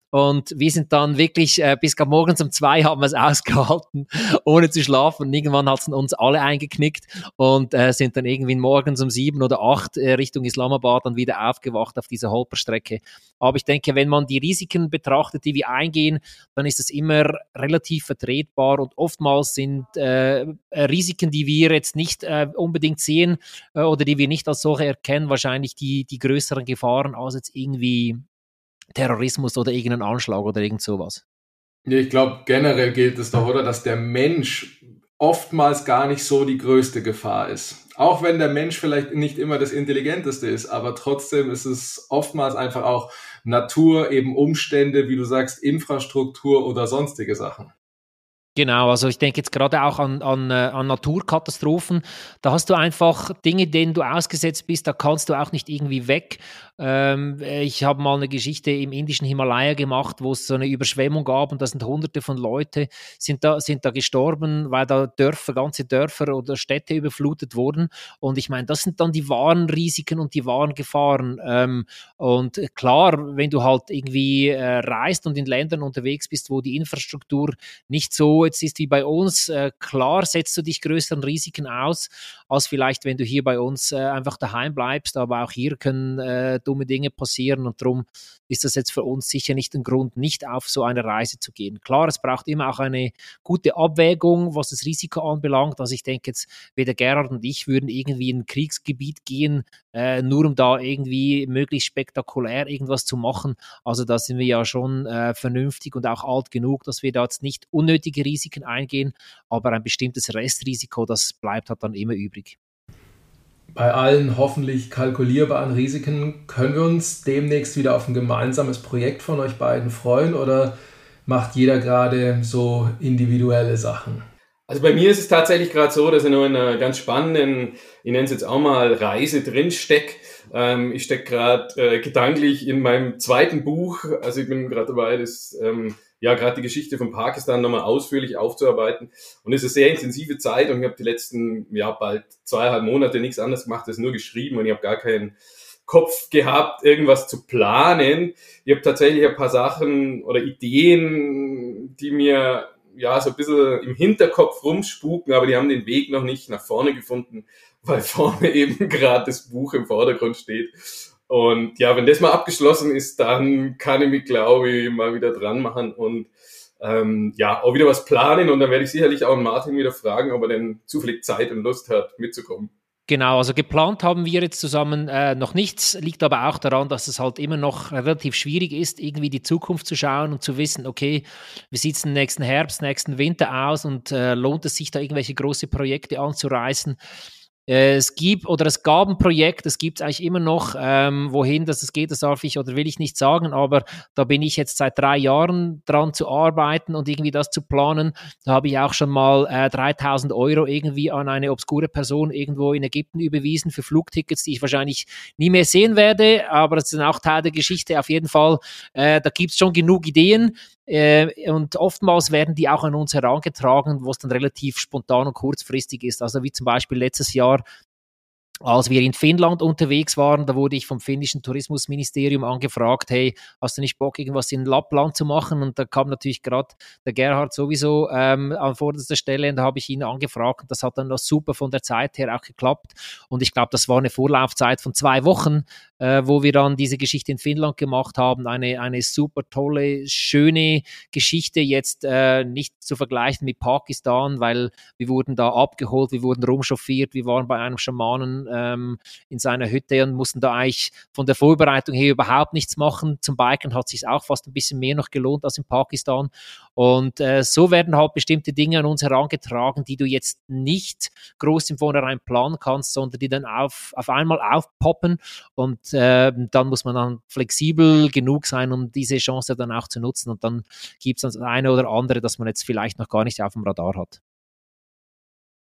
[SPEAKER 4] Und wir sind dann wirklich, äh, bis morgens um zwei haben wir es ausgehalten, ohne zu schlafen. Und irgendwann hat es uns alle eingeknickt und äh, sind dann irgendwie morgens um sieben oder acht äh, Richtung Islamabad dann wieder aufgewacht auf dieser Holperstrecke. Aber ich denke, wenn man die Risiken betrachtet, die wir eingehen, dann ist es immer relativ vertretbar und oftmals sind äh, Risiken, die wir jetzt nicht äh, unbedingt sehen äh, oder die wir nicht als solche erkennen, wahrscheinlich die, die größeren Gefahren als jetzt irgendwie Terrorismus oder irgendein Anschlag oder irgend sowas.
[SPEAKER 2] Ja, ich glaube, generell gilt es doch, oder, dass der Mensch oftmals gar nicht so die größte Gefahr ist. Auch wenn der Mensch vielleicht nicht immer das Intelligenteste ist, aber trotzdem ist es oftmals einfach auch Natur, eben Umstände, wie du sagst, Infrastruktur oder sonstige Sachen.
[SPEAKER 4] Genau, also ich denke jetzt gerade auch an, an, an Naturkatastrophen. Da hast du einfach Dinge, denen du ausgesetzt bist, da kannst du auch nicht irgendwie weg. Ähm, ich habe mal eine Geschichte im indischen Himalaya gemacht, wo es so eine Überschwemmung gab und da sind hunderte von Leute sind da, sind da gestorben, weil da Dörfer, ganze Dörfer oder Städte überflutet wurden. Und ich meine, das sind dann die wahren Risiken und die wahren Gefahren. Ähm, und klar, wenn du halt irgendwie äh, reist und in Ländern unterwegs bist, wo die Infrastruktur nicht so jetzt ist wie bei uns, äh, klar setzt du dich größeren Risiken aus, als vielleicht, wenn du hier bei uns äh, einfach daheim bleibst, aber auch hier können äh, dumme Dinge passieren und darum ist das jetzt für uns sicher nicht ein Grund, nicht auf so eine Reise zu gehen. Klar, es braucht immer auch eine gute Abwägung, was das Risiko anbelangt. Also ich denke jetzt, weder Gerhard und ich würden irgendwie in ein Kriegsgebiet gehen, äh, nur um da irgendwie möglichst spektakulär irgendwas zu machen. Also da sind wir ja schon äh, vernünftig und auch alt genug, dass wir da jetzt nicht unnötige Risiken eingehen, aber ein bestimmtes Restrisiko, das bleibt halt dann immer übrig.
[SPEAKER 2] Bei allen hoffentlich kalkulierbaren Risiken können wir uns demnächst wieder auf ein gemeinsames Projekt von euch beiden freuen oder macht jeder gerade so individuelle Sachen?
[SPEAKER 3] Also bei mir ist es tatsächlich gerade so, dass ich noch in einer ganz spannenden, ich nenne es jetzt auch mal Reise drin stecke. Ähm, ich stecke gerade äh, gedanklich in meinem zweiten Buch, also ich bin gerade dabei, das ähm, ja gerade die Geschichte von Pakistan nochmal ausführlich aufzuarbeiten. Und es ist eine sehr intensive Zeit und ich habe die letzten, ja bald zweieinhalb Monate nichts anderes gemacht als nur geschrieben und ich habe gar keinen Kopf gehabt, irgendwas zu planen. Ich habe tatsächlich ein paar Sachen oder Ideen, die mir ja so ein bisschen im Hinterkopf rumspuken, aber die haben den Weg noch nicht nach vorne gefunden, weil vorne eben gerade das Buch im Vordergrund steht. Und ja, wenn das mal abgeschlossen ist, dann kann ich mich, glaube ich, mal wieder dran machen und ähm, ja, auch wieder was planen. Und dann werde ich sicherlich auch Martin wieder fragen, ob er denn zufällig Zeit und Lust hat, mitzukommen.
[SPEAKER 4] Genau, also geplant haben wir jetzt zusammen äh, noch nichts, liegt aber auch daran, dass es halt immer noch relativ schwierig ist, irgendwie die Zukunft zu schauen und zu wissen, okay, wie sieht es im nächsten Herbst, nächsten Winter aus und äh, lohnt es sich da irgendwelche große Projekte anzureißen. Es gibt oder es gab ein Projekt, das gibt es eigentlich immer noch, ähm, wohin das es geht, das darf ich oder will ich nicht sagen, aber da bin ich jetzt seit drei Jahren dran zu arbeiten und irgendwie das zu planen. Da habe ich auch schon mal äh, dreitausend Euro irgendwie an eine obskure Person irgendwo in Ägypten überwiesen für Flugtickets, die ich wahrscheinlich nie mehr sehen werde, aber das ist auch Teil der Geschichte auf jeden Fall. Äh, da gibt es schon genug Ideen. Äh, und oftmals werden die auch an uns herangetragen, wo es dann relativ spontan und kurzfristig ist. Also wie zum Beispiel letztes Jahr, als wir in Finnland unterwegs waren, da wurde ich vom finnischen Tourismusministerium angefragt, hey, hast du nicht Bock, irgendwas in Lappland zu machen? Und da kam natürlich gerade der Gerhard sowieso ähm, an vorderster Stelle und da habe ich ihn angefragt und das hat dann noch super von der Zeit her auch geklappt. Und ich glaube, das war eine Vorlaufzeit von zwei Wochen, äh, wo wir dann diese Geschichte in Finnland gemacht haben. Eine, eine super tolle, schöne Geschichte, jetzt äh, nicht zu vergleichen mit Pakistan, weil wir wurden da abgeholt, wir wurden rumchauffiert, wir waren bei einem Schamanen ähm, in seiner Hütte und mussten da eigentlich von der Vorbereitung her überhaupt nichts machen. Zum Biken hat es sich auch fast ein bisschen mehr noch gelohnt als in Pakistan. Und äh, so werden halt bestimmte Dinge an uns herangetragen, die du jetzt nicht groß im Vornherein planen kannst, sondern die dann auf, auf einmal aufpoppen und äh, dann muss man dann flexibel genug sein, um diese Chance dann auch zu nutzen und dann gibt es das eine oder andere, das man jetzt vielleicht noch gar nicht auf dem Radar hat.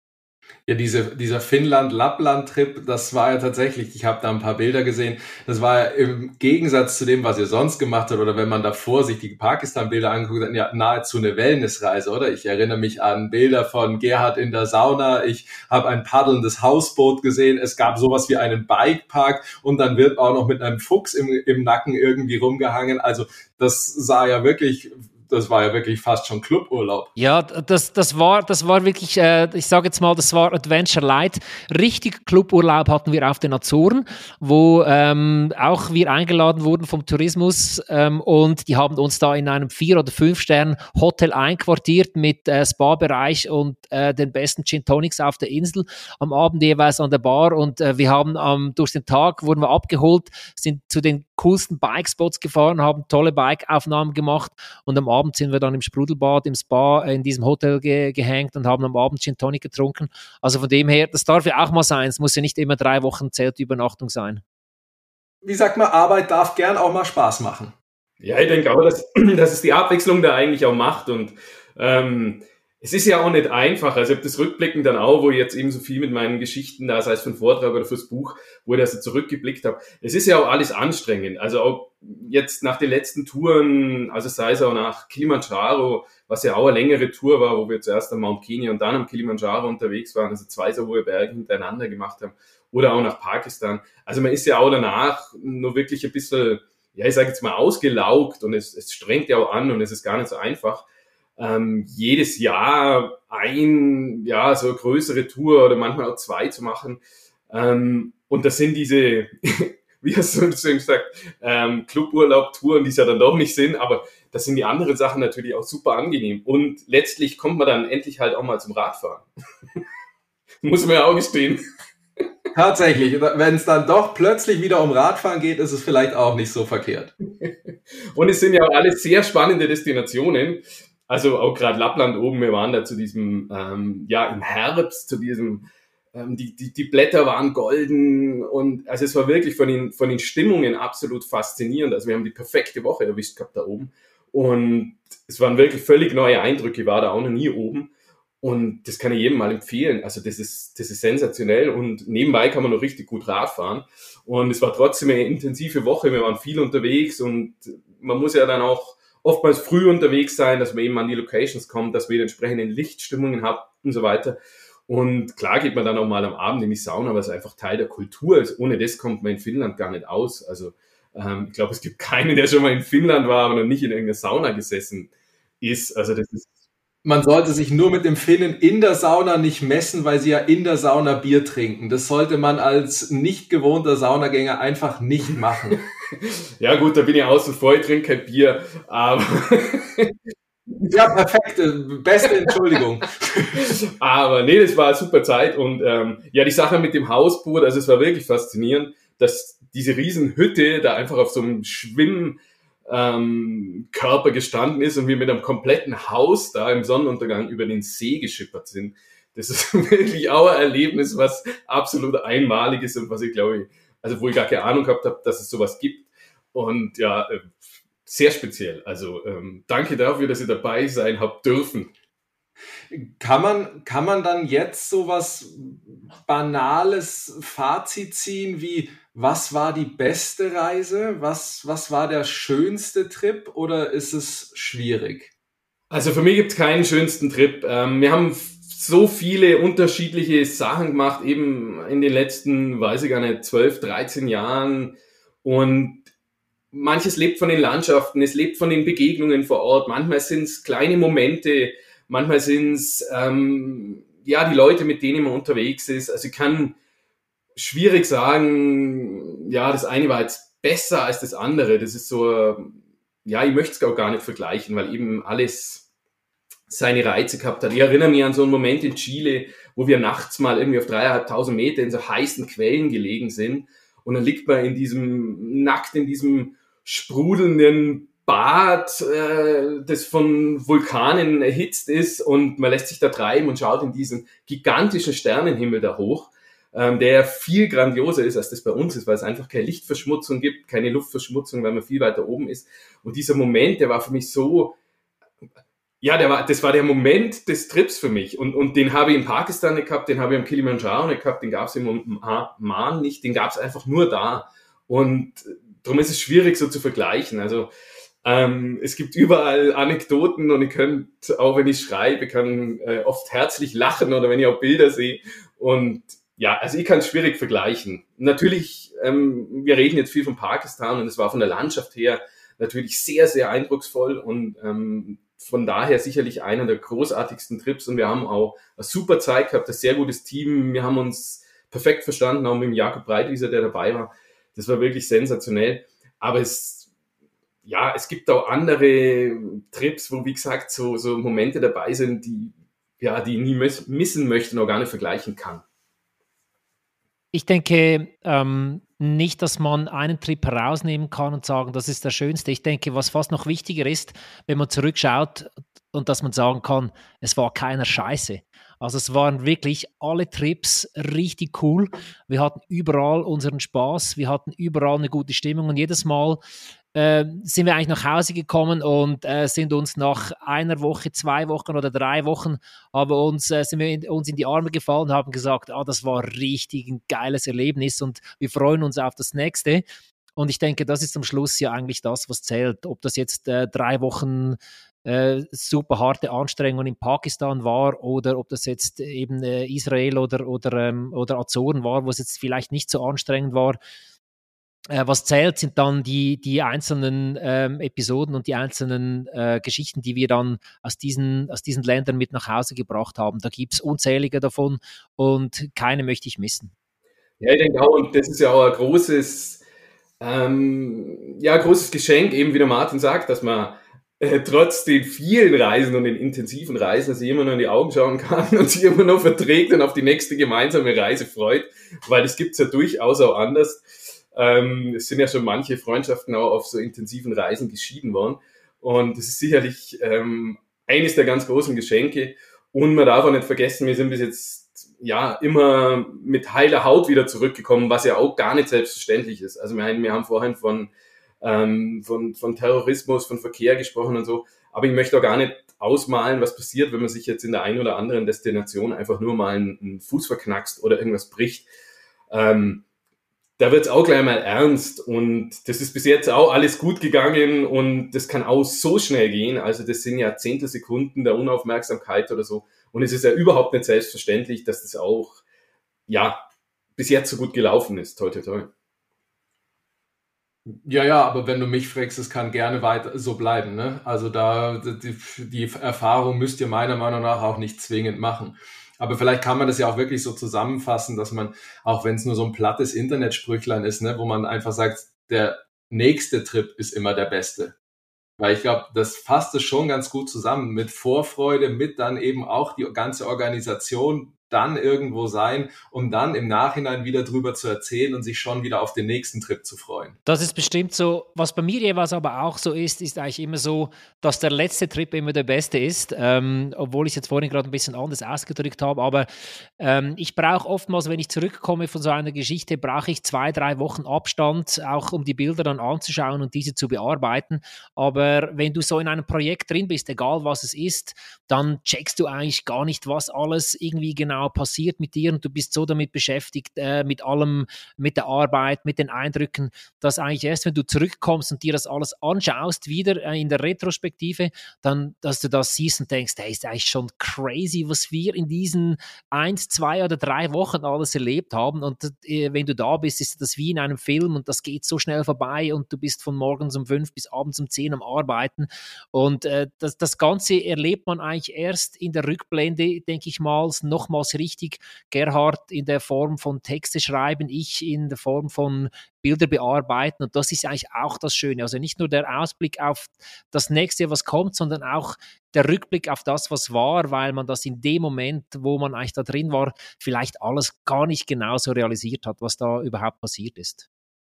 [SPEAKER 2] Ja, diese, dieser Finnland-Lappland-Trip, das war ja tatsächlich, ich habe da ein paar Bilder gesehen, das war ja im Gegensatz zu dem, was ihr sonst gemacht habt, oder wenn man davor sich die Pakistan-Bilder angeguckt hat, ja nahezu eine Wellnessreise, oder? Ich erinnere mich an Bilder von Gerhard in der Sauna, ich habe ein paddelndes Hausboot gesehen, es gab sowas wie einen Bikepark und dann wird auch noch mit einem Fuchs im, im Nacken irgendwie rumgehangen, also das sah ja wirklich... Das war ja wirklich fast schon Cluburlaub.
[SPEAKER 4] Ja, das, das, war, das war wirklich, äh, ich sage jetzt mal, das war Adventure Light. Richtig Cluburlaub hatten wir auf den Azoren, wo ähm, auch wir eingeladen wurden vom Tourismus ähm, und die haben uns da in einem Vier- oder Fünf-Sterne-Hotel einquartiert mit äh, Spa-Bereich und äh, den besten Gin Tonics auf der Insel, am Abend jeweils an der Bar und äh, wir haben ähm, durch den Tag wurden wir abgeholt, sind zu den coolsten Bikespots gefahren, haben tolle Bike-Aufnahmen gemacht und am Abend sind wir dann im Sprudelbad, im Spa, in diesem Hotel ge- gehängt und haben am Abend Gin Tonic getrunken. Also von dem her, das darf ja auch mal sein. Es muss ja nicht immer drei Wochen Zeltübernachtung sein.
[SPEAKER 2] Wie sagt man, Arbeit darf gern auch mal Spaß machen.
[SPEAKER 3] Ja, ich denke auch, dass, dass es die Abwechslung da eigentlich auch macht und ähm, es ist ja auch nicht einfach, also ich habe das rückblickend dann auch, wo ich jetzt eben so viel mit meinen Geschichten da, sei es für den Vortrag oder fürs Buch, wo ich da so zurückgeblickt habe, es ist ja auch alles anstrengend, also auch jetzt nach den letzten Touren, also sei es auch nach Kilimanjaro, was ja auch eine längere Tour war, wo wir zuerst am Mount Kenya und dann am Kilimanjaro unterwegs waren, also zwei so hohe Berge hintereinander gemacht haben, oder auch nach Pakistan, also man ist ja auch danach nur wirklich ein bisschen, ja ich sage jetzt mal ausgelaugt und es, es strengt ja auch an und es ist gar nicht so einfach, Ähm, jedes Jahr ein, ja, so eine größere Tour oder manchmal auch zwei zu machen. Ähm, und das sind diese, wie hast du so gesagt, ähm, Cluburlaub-Touren, die es ja dann doch nicht sind, aber das sind die anderen Sachen natürlich auch super angenehm. Und letztlich kommt man dann endlich halt auch mal zum Radfahren. Muss man ja auch gestehen.
[SPEAKER 2] Tatsächlich, wenn es dann doch plötzlich wieder um Radfahren geht, ist es vielleicht auch nicht so verkehrt.
[SPEAKER 3] Und es sind ja auch alles sehr spannende Destinationen. Also auch gerade Lappland oben, wir waren da zu diesem, ähm, ja im Herbst, zu diesem, ähm, die, die, die Blätter waren golden und also es war wirklich von den, von den Stimmungen absolut faszinierend. Also wir haben die perfekte Woche erwischt gehabt da oben und es waren wirklich völlig neue Eindrücke, ich war da auch noch nie oben und das kann ich jedem mal empfehlen. Also das ist, das ist sensationell und nebenbei kann man noch richtig gut Rad fahren und es war trotzdem eine intensive Woche, wir waren viel unterwegs und man muss ja dann auch oftmals früh unterwegs sein, dass man eben an die Locations kommt, dass man die entsprechenden Lichtstimmungen hat und so weiter. Und klar geht man dann auch mal am Abend in die Sauna, weil es einfach Teil der Kultur ist. Ohne das kommt man in Finnland gar nicht aus. Also ähm, ich glaube, es gibt keinen, der schon mal in Finnland war, aber noch nicht in irgendeiner Sauna gesessen ist. Also das ist
[SPEAKER 2] Man sollte sich nur mit dem Finnen in der Sauna nicht messen, weil sie ja in der Sauna Bier trinken. Das sollte man als nicht gewohnter Saunagänger einfach nicht machen.
[SPEAKER 3] Ja gut, da bin ich außen vor, ich trinke kein Bier, aber...
[SPEAKER 2] Ja, perfekt, beste Entschuldigung.
[SPEAKER 3] Aber nee, das war eine super Zeit und ähm, ja, die Sache mit dem Hausboot, also es war wirklich faszinierend, dass diese Riesenhütte da einfach auf so einem Schwimm... Ähm, Körper gestanden ist und wir mit einem kompletten Haus da im Sonnenuntergang über den See geschippert sind. Das ist wirklich auch ein Erlebnis, was absolut einmalig ist und was ich glaube, also wo ich gar keine Ahnung gehabt habe, dass es sowas gibt. Und ja, sehr speziell. Also ähm, danke dafür, dass ihr dabei sein habt dürfen.
[SPEAKER 2] Kann man, kann man dann jetzt sowas banales Fazit ziehen wie, was war die beste Reise? Was, was war der schönste Trip oder ist es schwierig?
[SPEAKER 3] Also für mich gibt es keinen schönsten Trip. Ähm, wir haben so viele unterschiedliche Sachen gemacht, eben in den letzten, weiß ich gar nicht, zwölf, dreizehn Jahren. Und manches lebt von den Landschaften, es lebt von den Begegnungen vor Ort. Manchmal sind es kleine Momente, manchmal sind es ähm, ja die Leute, mit denen man unterwegs ist. Also ich kann schwierig sagen, ja, das eine war jetzt besser als das andere. Das ist so, ja, ich möchte es auch gar nicht vergleichen, weil eben alles seine Reize gehabt hat. Ich erinnere mich an so einen Moment in Chile, wo wir nachts mal irgendwie auf dreieinhalbtausend Meter in so heißen Quellen gelegen sind und dann liegt man in diesem, nackt in diesem sprudelnden Bad, äh, das von Vulkanen erhitzt ist und man lässt sich da treiben und schaut in diesen gigantischen Sternenhimmel da hoch, ähm, der viel grandioser ist, als das bei uns ist, weil es einfach keine Lichtverschmutzung gibt, keine Luftverschmutzung, weil man viel weiter oben ist. Und dieser Moment, der war für mich so, ja, der war, das war der Moment des Trips für mich. Und, und den habe ich in Pakistan nicht gehabt, den habe ich am Kilimanjaro nicht gehabt, den gab es im Oman nicht, den gab es einfach nur da. Und darum ist es schwierig so zu vergleichen. Also ähm, es gibt überall Anekdoten und ich könnte, auch wenn ich schreibe, kann äh, oft herzlich lachen oder wenn ich auch Bilder sehe. Und ja, also ich kann es schwierig vergleichen. Natürlich, ähm, wir reden jetzt viel von Pakistan und es war von der Landschaft her natürlich sehr, sehr eindrucksvoll und ähm, von daher sicherlich einer der großartigsten Trips und wir haben auch eine super Zeit gehabt, ein sehr gutes Team. Wir haben uns perfekt verstanden, auch mit dem Jakob Breitwieser, der dabei war. Das war wirklich sensationell. Aber es, ja, es gibt auch andere Trips, wo, wie gesagt, so, so Momente dabei sind, die, ja, die ich nie missen möchte und auch gar nicht vergleichen kann.
[SPEAKER 4] Ich denke ähm, nicht, dass man einen Trip herausnehmen kann und sagen, das ist der schönste. Ich denke, was fast noch wichtiger ist, wenn man zurückschaut und dass man sagen kann, es war keiner scheiße. Also es waren wirklich alle Trips richtig cool. Wir hatten überall unseren Spaß, wir hatten überall eine gute Stimmung und jedes Mal äh, sind wir eigentlich nach Hause gekommen und äh, sind uns nach einer Woche, zwei Wochen oder drei Wochen haben uns, äh, sind wir in, uns in die Arme gefallen und haben gesagt, ah, das war richtig ein geiles Erlebnis und wir freuen uns auf das nächste. Und ich denke, das ist am Schluss ja eigentlich das, was zählt. Ob das jetzt äh, drei Wochen äh, super harte Anstrengungen in Pakistan war oder ob das jetzt eben äh, Israel oder, oder, ähm, oder Azoren war, wo es jetzt vielleicht nicht so anstrengend war. Äh, was zählt, sind dann die, die einzelnen ähm, Episoden und die einzelnen äh, Geschichten, die wir dann aus diesen, aus diesen Ländern mit nach Hause gebracht haben. Da gibt es unzählige davon und keine möchte ich missen.
[SPEAKER 3] Ja, ich denke auch, und das ist ja auch ein großes, ähm, ja, großes Geschenk, eben wie der Martin sagt, dass man äh, trotz den vielen Reisen und den intensiven Reisen sich immer noch in die Augen schauen kann und sich immer noch verträgt und auf die nächste gemeinsame Reise freut, weil das gibt's ja durchaus auch anders. Ähm, es sind ja schon manche Freundschaften auch auf so intensiven Reisen geschieden worden. Und das ist sicherlich ähm, eines der ganz großen Geschenke. Und man darf auch nicht vergessen, wir sind bis jetzt ja immer mit heiler Haut wieder zurückgekommen, was ja auch gar nicht selbstverständlich ist. Also wir, wir haben vorhin von, ähm, von, von Terrorismus, von Verkehr gesprochen und so. Aber ich möchte auch gar nicht ausmalen, was passiert, wenn man sich jetzt in der einen oder anderen Destination einfach nur mal einen, einen Fuß verknackst oder irgendwas bricht. Ähm, Da wird's auch gleich mal ernst und das ist bis jetzt auch alles gut gegangen und das kann auch so schnell gehen. Also das sind ja Zehntelsekunden der Unaufmerksamkeit oder so und es ist ja überhaupt nicht selbstverständlich, dass das auch, ja, bis jetzt so gut gelaufen ist. Toi, toi, toi.
[SPEAKER 2] Ja, ja, aber wenn du mich fragst, es kann gerne weiter so bleiben, ne? Also da, die, die Erfahrung müsst ihr meiner Meinung nach auch nicht zwingend machen. Aber vielleicht kann man das ja auch wirklich so zusammenfassen, dass man, auch wenn es nur so ein plattes Internetsprüchlein ist, ne, wo man einfach sagt, der nächste Trip ist immer der beste. Weil ich glaube, das fasst es schon ganz gut zusammen mit Vorfreude, mit dann eben auch die ganze Organisation dann irgendwo sein, um dann im Nachhinein wieder drüber zu erzählen und sich schon wieder auf den nächsten Trip zu freuen.
[SPEAKER 4] Das ist bestimmt so. Was bei mir jeweils aber auch so ist, ist eigentlich immer so, dass der letzte Trip immer der beste ist, ähm, obwohl ich es jetzt vorhin gerade ein bisschen anders ausgedrückt habe, aber ähm, ich brauche oftmals, wenn ich zurückkomme von so einer Geschichte, brauche ich zwei, drei Wochen Abstand, auch um die Bilder dann anzuschauen und diese zu bearbeiten, aber wenn du so in einem Projekt drin bist, egal was es ist, dann checkst du eigentlich gar nicht, was alles irgendwie genau passiert mit dir und du bist so damit beschäftigt, äh, mit allem, mit der Arbeit, mit den Eindrücken, dass eigentlich erst, wenn du zurückkommst und dir das alles anschaust, wieder äh, in der Retrospektive, dann, dass du das siehst und denkst, hey, ist eigentlich schon crazy, was wir in diesen eins, zwei oder drei Wochen alles erlebt haben und äh, wenn du da bist, ist das wie in einem Film und das geht so schnell vorbei und du bist von morgens um fünf bis abends um zehn am Arbeiten und äh, das, das Ganze erlebt man eigentlich erst in der Rückblende, denke ich mal, nochmals richtig. Gerhard in der Form von Texte schreiben, ich in der Form von Bilder bearbeiten und das ist eigentlich auch das Schöne. Also nicht nur der Ausblick auf das nächste, was kommt, sondern auch der Rückblick auf das, was war, weil man das in dem Moment, wo man eigentlich da drin war, vielleicht alles gar nicht genauso realisiert hat, was da überhaupt passiert ist.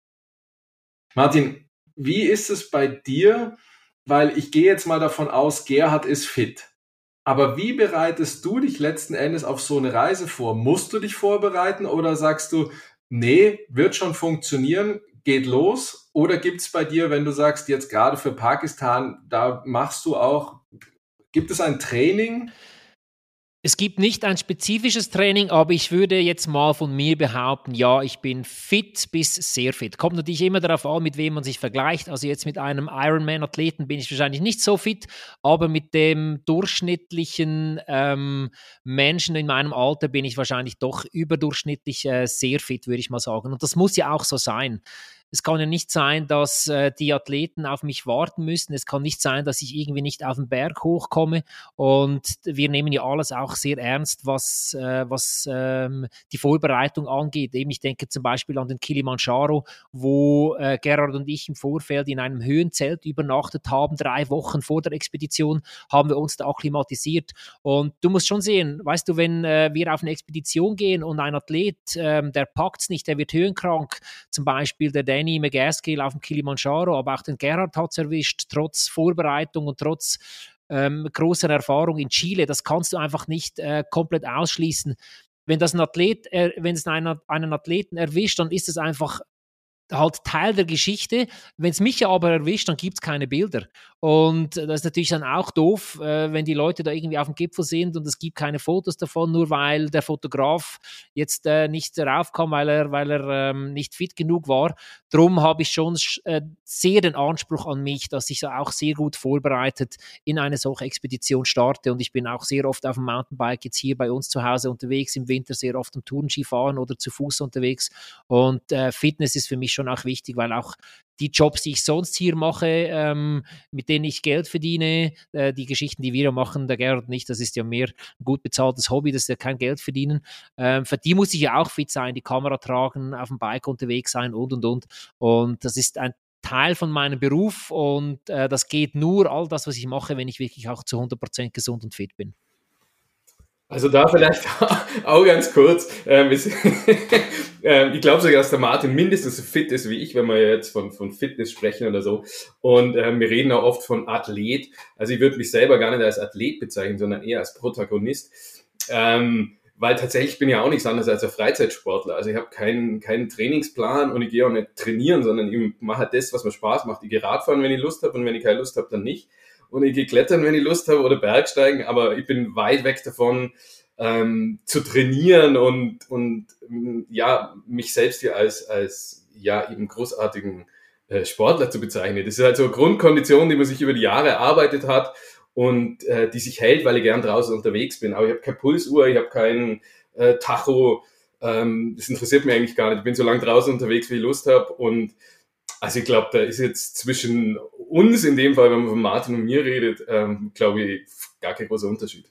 [SPEAKER 2] Martin, wie ist es bei dir? Weil ich gehe jetzt mal davon aus, Gerhard ist fit. Aber wie bereitest du dich letzten Endes auf so eine Reise vor? Musst du dich vorbereiten oder sagst du, nee, wird schon funktionieren, geht los? Oder gibt es bei dir, wenn du sagst, jetzt gerade für Pakistan, da machst du auch Gibt es ein Training?
[SPEAKER 4] Es gibt nicht ein spezifisches Training, aber ich würde jetzt mal von mir behaupten, ja, ich bin fit bis sehr fit. Kommt natürlich immer darauf an, mit wem man sich vergleicht. Also jetzt mit einem Ironman-Athleten bin ich wahrscheinlich nicht so fit, aber mit dem durchschnittlichen ähm, Menschen in meinem Alter bin ich wahrscheinlich doch überdurchschnittlich äh, sehr fit, würde ich mal sagen. Und das muss ja auch so sein. Es kann ja nicht sein, dass äh, die Athleten auf mich warten müssen. Es kann nicht sein, dass ich irgendwie nicht auf den Berg hochkomme. Und wir nehmen ja alles auch sehr ernst, was, äh, was ähm, die Vorbereitung angeht. Eben, ich denke zum Beispiel an den Kilimanjaro, wo äh, Gerhard und ich im Vorfeld in einem Höhenzelt übernachtet haben. Drei Wochen vor der Expedition haben wir uns da akklimatisiert. Und du musst schon sehen, weißt du, wenn äh, wir auf eine Expedition gehen und ein Athlet, äh, der packt es nicht, der wird höhenkrank, zum Beispiel der Danny McGaskill auf dem Kilimanjaro, aber auch den Gerhard hat es erwischt, trotz Vorbereitung und trotz ähm, großer Erfahrung in Chile. Das kannst du einfach nicht äh, komplett ausschließen. Wenn das ein Athlet, äh, wenn es einen, einen Athleten erwischt, dann ist es einfach halt Teil der Geschichte. Wenn es mich aber erwischt, dann gibt es keine Bilder. Und das ist natürlich dann auch doof, äh, wenn die Leute da irgendwie auf dem Gipfel sind und es gibt keine Fotos davon, nur weil der Fotograf jetzt äh, nicht raufkam, weil er, weil er ähm, nicht fit genug war. Darum habe ich schon äh, sehr den Anspruch an mich, dass ich so auch sehr gut vorbereitet in eine solche Expedition starte. Und ich bin auch sehr oft auf dem Mountainbike jetzt hier bei uns zu Hause unterwegs, im Winter sehr oft am Tourenski fahren oder zu Fuß unterwegs. Und äh, Fitness ist für mich schon auch wichtig, weil auch die Jobs, die ich sonst hier mache, ähm, mit denen ich Geld verdiene, äh, die Geschichten, die wir machen, der Gerhard nicht, das ist ja mehr ein gut bezahltes Hobby, das ist ja kein Geld verdienen. Ähm, für die muss ich ja auch fit sein, die Kamera tragen, auf dem Bike unterwegs sein und, und, und. Und das ist ein Teil von meinem Beruf und äh, das geht nur, all das, was ich mache, wenn ich wirklich auch zu hundert Prozent gesund und fit bin.
[SPEAKER 3] Also da vielleicht auch ganz kurz, ähm, ist, ähm, ich glaube sogar, dass der Martin mindestens so fit ist wie ich, wenn wir jetzt von, von Fitness sprechen oder so. Und ähm, wir reden auch oft von Athlet. Also ich würde mich selber gar nicht als Athlet bezeichnen, sondern eher als Protagonist. Ähm, weil tatsächlich bin ich ja auch nichts anderes als ein Freizeitsportler. Also ich habe keinen, keinen Trainingsplan und ich gehe auch nicht trainieren, sondern ich mache halt das, was mir Spaß macht. Ich gehe Radfahren, wenn ich Lust habe, und wenn ich keine Lust habe, dann nicht. Und ich gehe klettern, wenn ich Lust habe, oder Bergsteigen, aber ich bin weit weg davon, ähm, zu trainieren und, und ja, mich selbst hier als, als ja, eben großartigen äh, Sportler zu bezeichnen. Das ist halt so eine Grundkondition, die man sich über die Jahre erarbeitet hat und äh, die sich hält, weil ich gern draußen unterwegs bin. Aber ich habe keine Pulsuhr, ich habe keinen äh, Tacho, ähm, das interessiert mich eigentlich gar nicht. Ich bin so lange draußen unterwegs, wie ich Lust habe, und also ich glaube, da ist jetzt zwischen uns, in dem Fall, wenn man von Martin und mir redet, ähm, glaube ich, gar kein großer Unterschied.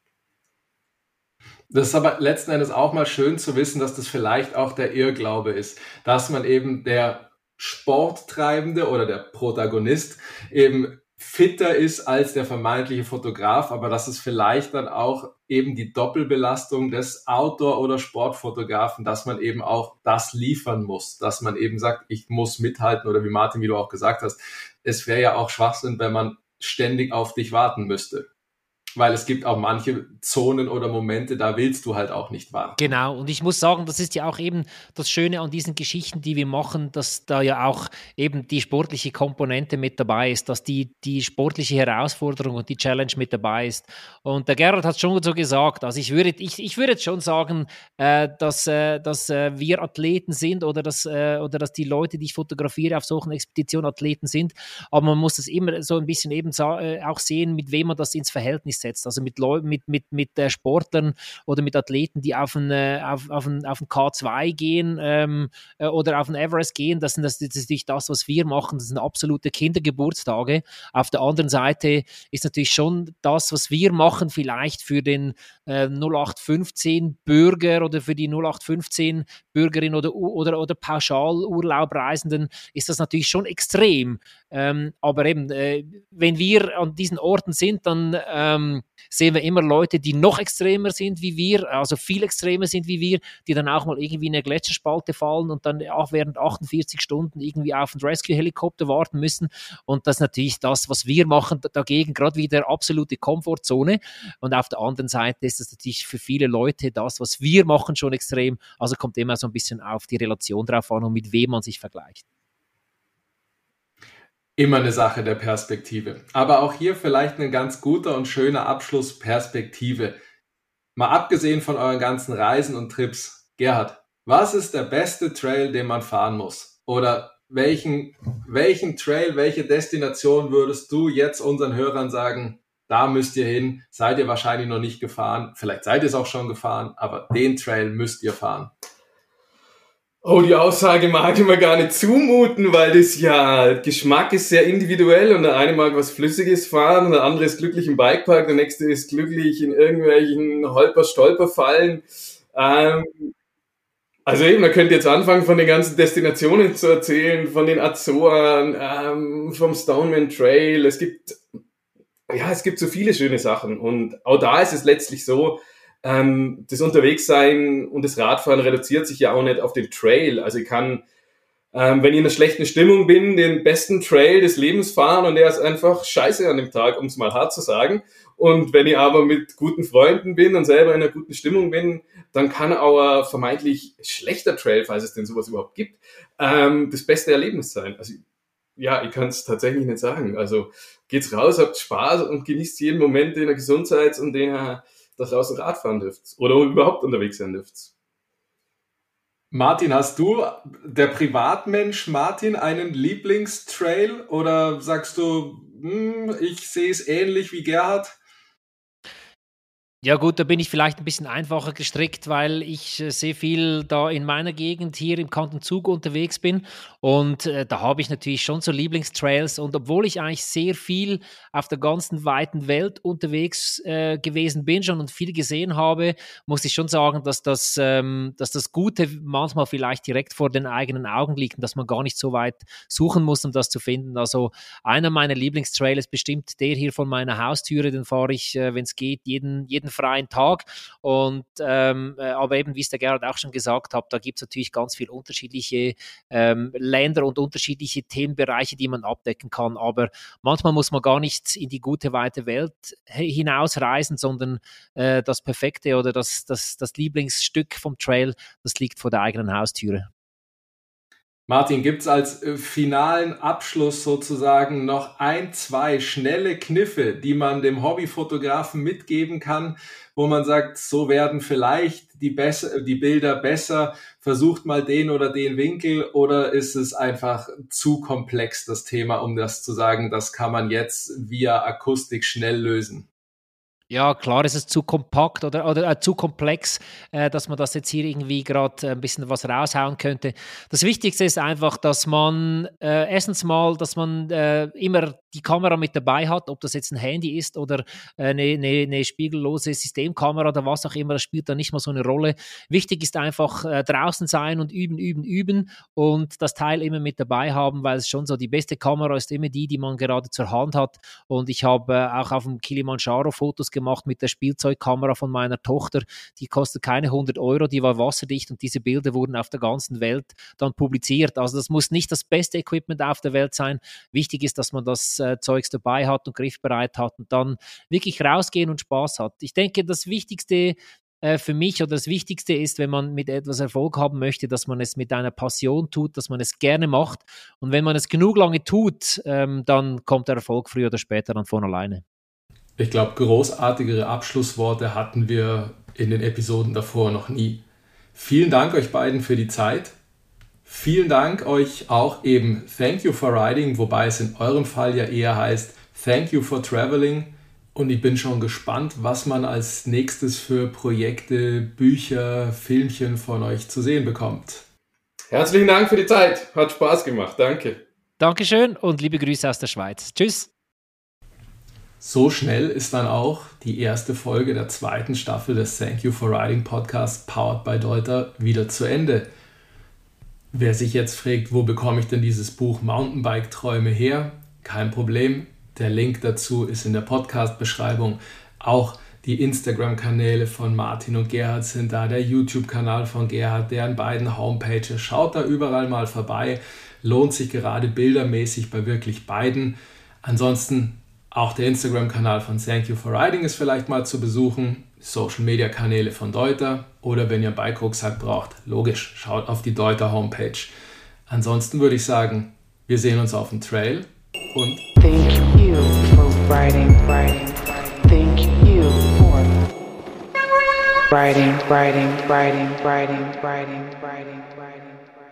[SPEAKER 2] Das ist aber letzten Endes auch mal schön zu wissen, dass das vielleicht auch der Irrglaube ist, dass man eben der Sporttreibende oder der Protagonist eben fitter ist als der vermeintliche Fotograf, aber dass es vielleicht dann auch eben die Doppelbelastung des Outdoor- oder Sportfotografen, dass man eben auch das liefern muss, dass man eben sagt, ich muss mithalten, oder wie Martin, wie du auch gesagt hast, es wäre ja auch Schwachsinn, wenn man ständig auf dich warten müsste. Weil es gibt auch manche Zonen oder Momente, da willst du halt auch nicht warten.
[SPEAKER 4] Genau, und ich muss sagen, das ist ja auch eben das Schöne an diesen Geschichten, die wir machen, dass da ja auch eben die sportliche Komponente mit dabei ist, dass die, die sportliche Herausforderung und die Challenge mit dabei ist. Und der Gerhard hat schon so gesagt, also ich würde, ich, ich würde jetzt schon sagen, äh, dass, äh, dass äh, wir Athleten sind oder dass, äh, oder dass die Leute, die ich fotografiere, auf solchen Expeditionen Athleten sind, aber man muss das immer so ein bisschen eben äh, auch sehen, mit wem man das ins Verhältnis setzt. Also mit Leuten, mit, mit, mit äh, Sportlern oder mit Athleten, die auf ein, äh, auf, auf ein, auf ein K zwei gehen ähm, äh, oder auf ein Everest gehen. Das, sind, das, das ist nicht das, was wir machen. Das sind absolute Kindergeburtstage. Auf der anderen Seite ist natürlich schon das, was wir machen, vielleicht für den äh, null acht fünfzehn Bürger oder für die null acht fünfzehn Bürgerin oder, oder, oder Pauschalurlaubreisenden ist das natürlich schon extrem. Ähm, aber eben, äh, wenn wir an diesen Orten sind, dann ähm, sehen wir immer Leute, die noch extremer sind wie wir, also viel extremer sind wie wir, die dann auch mal irgendwie in eine Gletscherspalte fallen und dann auch während achtundvierzig Stunden irgendwie auf einen Rescue-Helikopter warten müssen. Und das ist natürlich das, was wir machen, dagegen gerade wieder absolute Komfortzone. Und auf der anderen Seite ist das natürlich für viele Leute das, was wir machen, schon extrem. Also kommt immer so ein bisschen auf die Relation drauf an und mit wem man sich vergleicht.
[SPEAKER 2] immer eine Sache der Perspektive. Aber auch hier vielleicht ein ganz guter und schöner Abschluss: Perspektive. Mal abgesehen von euren ganzen Reisen und Trips, Gerhard, was ist der beste Trail, den man fahren muss? Oder welchen, welchen Trail, welche Destination würdest du jetzt unseren Hörern sagen, da müsst ihr hin, seid ihr wahrscheinlich noch nicht gefahren, vielleicht seid ihr es auch schon gefahren, aber den Trail müsst ihr fahren?
[SPEAKER 3] Oh, die Aussage mag ich mir gar nicht zumuten, weil das ja, Geschmack ist sehr individuell und der eine mag was Flüssiges fahren und der andere ist glücklich im Bikepark, der nächste ist glücklich in irgendwelchen Holper-Stolper-Fallen. Ähm, also eben, da könnt ihr jetzt anfangen, von den ganzen Destinationen zu erzählen, von den Azoren, ähm, vom Stoneman Trail. Es gibt, ja, es gibt so viele schöne Sachen und auch da ist es letztlich so, Ähm, das Unterwegssein und das Radfahren reduziert sich ja auch nicht auf den Trail. Also ich kann, ähm, wenn ich in einer schlechten Stimmung bin, den besten Trail des Lebens fahren und der ist einfach scheiße an dem Tag, um es mal hart zu sagen. Und wenn ich aber mit guten Freunden bin und selber in einer guten Stimmung bin, dann kann auch ein vermeintlich schlechter Trail, falls es denn sowas überhaupt gibt, ähm, das beste Erlebnis sein. Also ja, ich kann es tatsächlich nicht sagen. Also geht's raus, habt Spaß und genießt jeden Moment, den ihr gesund seid und den ihr da draußen Radfahren dürft oder überhaupt unterwegs sein dürft.
[SPEAKER 2] Martin, hast du, der Privatmensch Martin, einen Lieblingstrail oder sagst du, hm, ich sehe es ähnlich wie Gerhard?
[SPEAKER 4] Ja gut, da bin ich vielleicht ein bisschen einfacher gestrickt, weil ich äh, sehr viel da in meiner Gegend hier im Kanton Zug unterwegs bin und äh, da habe ich natürlich schon so Lieblingstrails und obwohl ich eigentlich sehr viel auf der ganzen weiten Welt unterwegs äh, gewesen bin schon und viel gesehen habe, muss ich schon sagen, dass das, ähm, dass das Gute manchmal vielleicht direkt vor den eigenen Augen liegt und dass man gar nicht so weit suchen muss, um das zu finden. Also einer meiner Lieblingstrails ist bestimmt der hier von meiner Haustüre, den fahre ich, äh, wenn es geht, jeden, jeden freien Tag und ähm, äh, aber eben, wie es der Gerhard auch schon gesagt hat, da gibt es natürlich ganz viele unterschiedliche ähm, Länder und unterschiedliche Themenbereiche, die man abdecken kann, aber manchmal muss man gar nicht in die gute, weite Welt hinausreisen, sondern äh, das Perfekte oder das, das, das Lieblingsstück vom Trail, das liegt vor der eigenen Haustüre.
[SPEAKER 2] Martin, gibt es als äh, finalen Abschluss sozusagen noch ein, zwei schnelle Kniffe, die man dem Hobbyfotografen mitgeben kann, wo man sagt, so werden vielleicht die, besser, die Bilder besser, versucht mal den oder den Winkel, oder ist es einfach zu komplex, das Thema, um das zu sagen, das kann man jetzt via Akustik schnell lösen?
[SPEAKER 4] Ja, klar, es ist zu kompakt oder, oder äh, zu komplex, äh, dass man das jetzt hier irgendwie gerade ein bisschen was raushauen könnte. Das Wichtigste ist einfach, dass man äh, erstens mal, dass man äh, immer die Kamera mit dabei hat, ob das jetzt ein Handy ist oder äh, eine, eine, eine spiegellose Systemkamera oder was auch immer, das spielt da nicht mal so eine Rolle. Wichtig ist einfach äh, draußen sein und üben, üben, üben und das Teil immer mit dabei haben, weil es schon so, die beste Kamera ist immer die, die man gerade zur Hand hat und ich habe äh, auch auf dem Kilimanjaro Fotos gemacht mit der Spielzeugkamera von meiner Tochter, die kostet keine hundert Euro, die war wasserdicht und diese Bilder wurden auf der ganzen Welt dann publiziert. Also das muss nicht das beste Equipment auf der Welt sein. Wichtig ist, dass man das äh, Zeugs dabei hat und griffbereit hat und dann wirklich rausgehen und Spaß hat. Ich denke, das Wichtigste äh, für mich oder das Wichtigste ist, wenn man mit etwas Erfolg haben möchte, dass man es mit einer Passion tut, dass man es gerne macht und wenn man es genug lange tut, ähm, dann kommt der Erfolg früher oder später dann von alleine.
[SPEAKER 2] Ich glaube, großartigere Abschlussworte hatten wir in den Episoden davor noch nie. Vielen Dank euch beiden für die Zeit. Vielen Dank euch auch eben Thank you for riding, wobei es in eurem Fall ja eher heißt Thank you for traveling. Und ich bin schon gespannt, was man als nächstes für Projekte, Bücher, Filmchen von euch zu sehen bekommt.
[SPEAKER 3] Herzlichen Dank für die Zeit. Hat Spaß gemacht. Danke.
[SPEAKER 4] Dankeschön und liebe Grüße aus der Schweiz. Tschüss.
[SPEAKER 2] So schnell ist dann auch die erste Folge der zweiten Staffel des Thank You for Riding Podcast Powered by Deuter wieder zu Ende. Wer sich jetzt fragt, wo bekomme ich denn dieses Buch Mountainbike-Träume her? Kein Problem, der Link dazu ist in der Podcast-Beschreibung. Auch die Instagram-Kanäle von Martin und Gerhard sind da, der YouTube-Kanal von Gerhard, deren beiden Homepages. Schaut da überall mal vorbei, lohnt sich gerade bildermäßig bei wirklich beiden. Ansonsten auch der Instagram-Kanal von Thank You for Riding ist vielleicht mal zu besuchen, Social-Media-Kanäle von Deuter oder wenn ihr einen Bike-Rucksack braucht, logisch, schaut auf die Deuter Homepage. Ansonsten würde ich sagen, wir sehen uns auf dem Trail Und
[SPEAKER 1] Thank you for writing, writing, thank you for writing, writing, writing, writing, writing, writing, writing.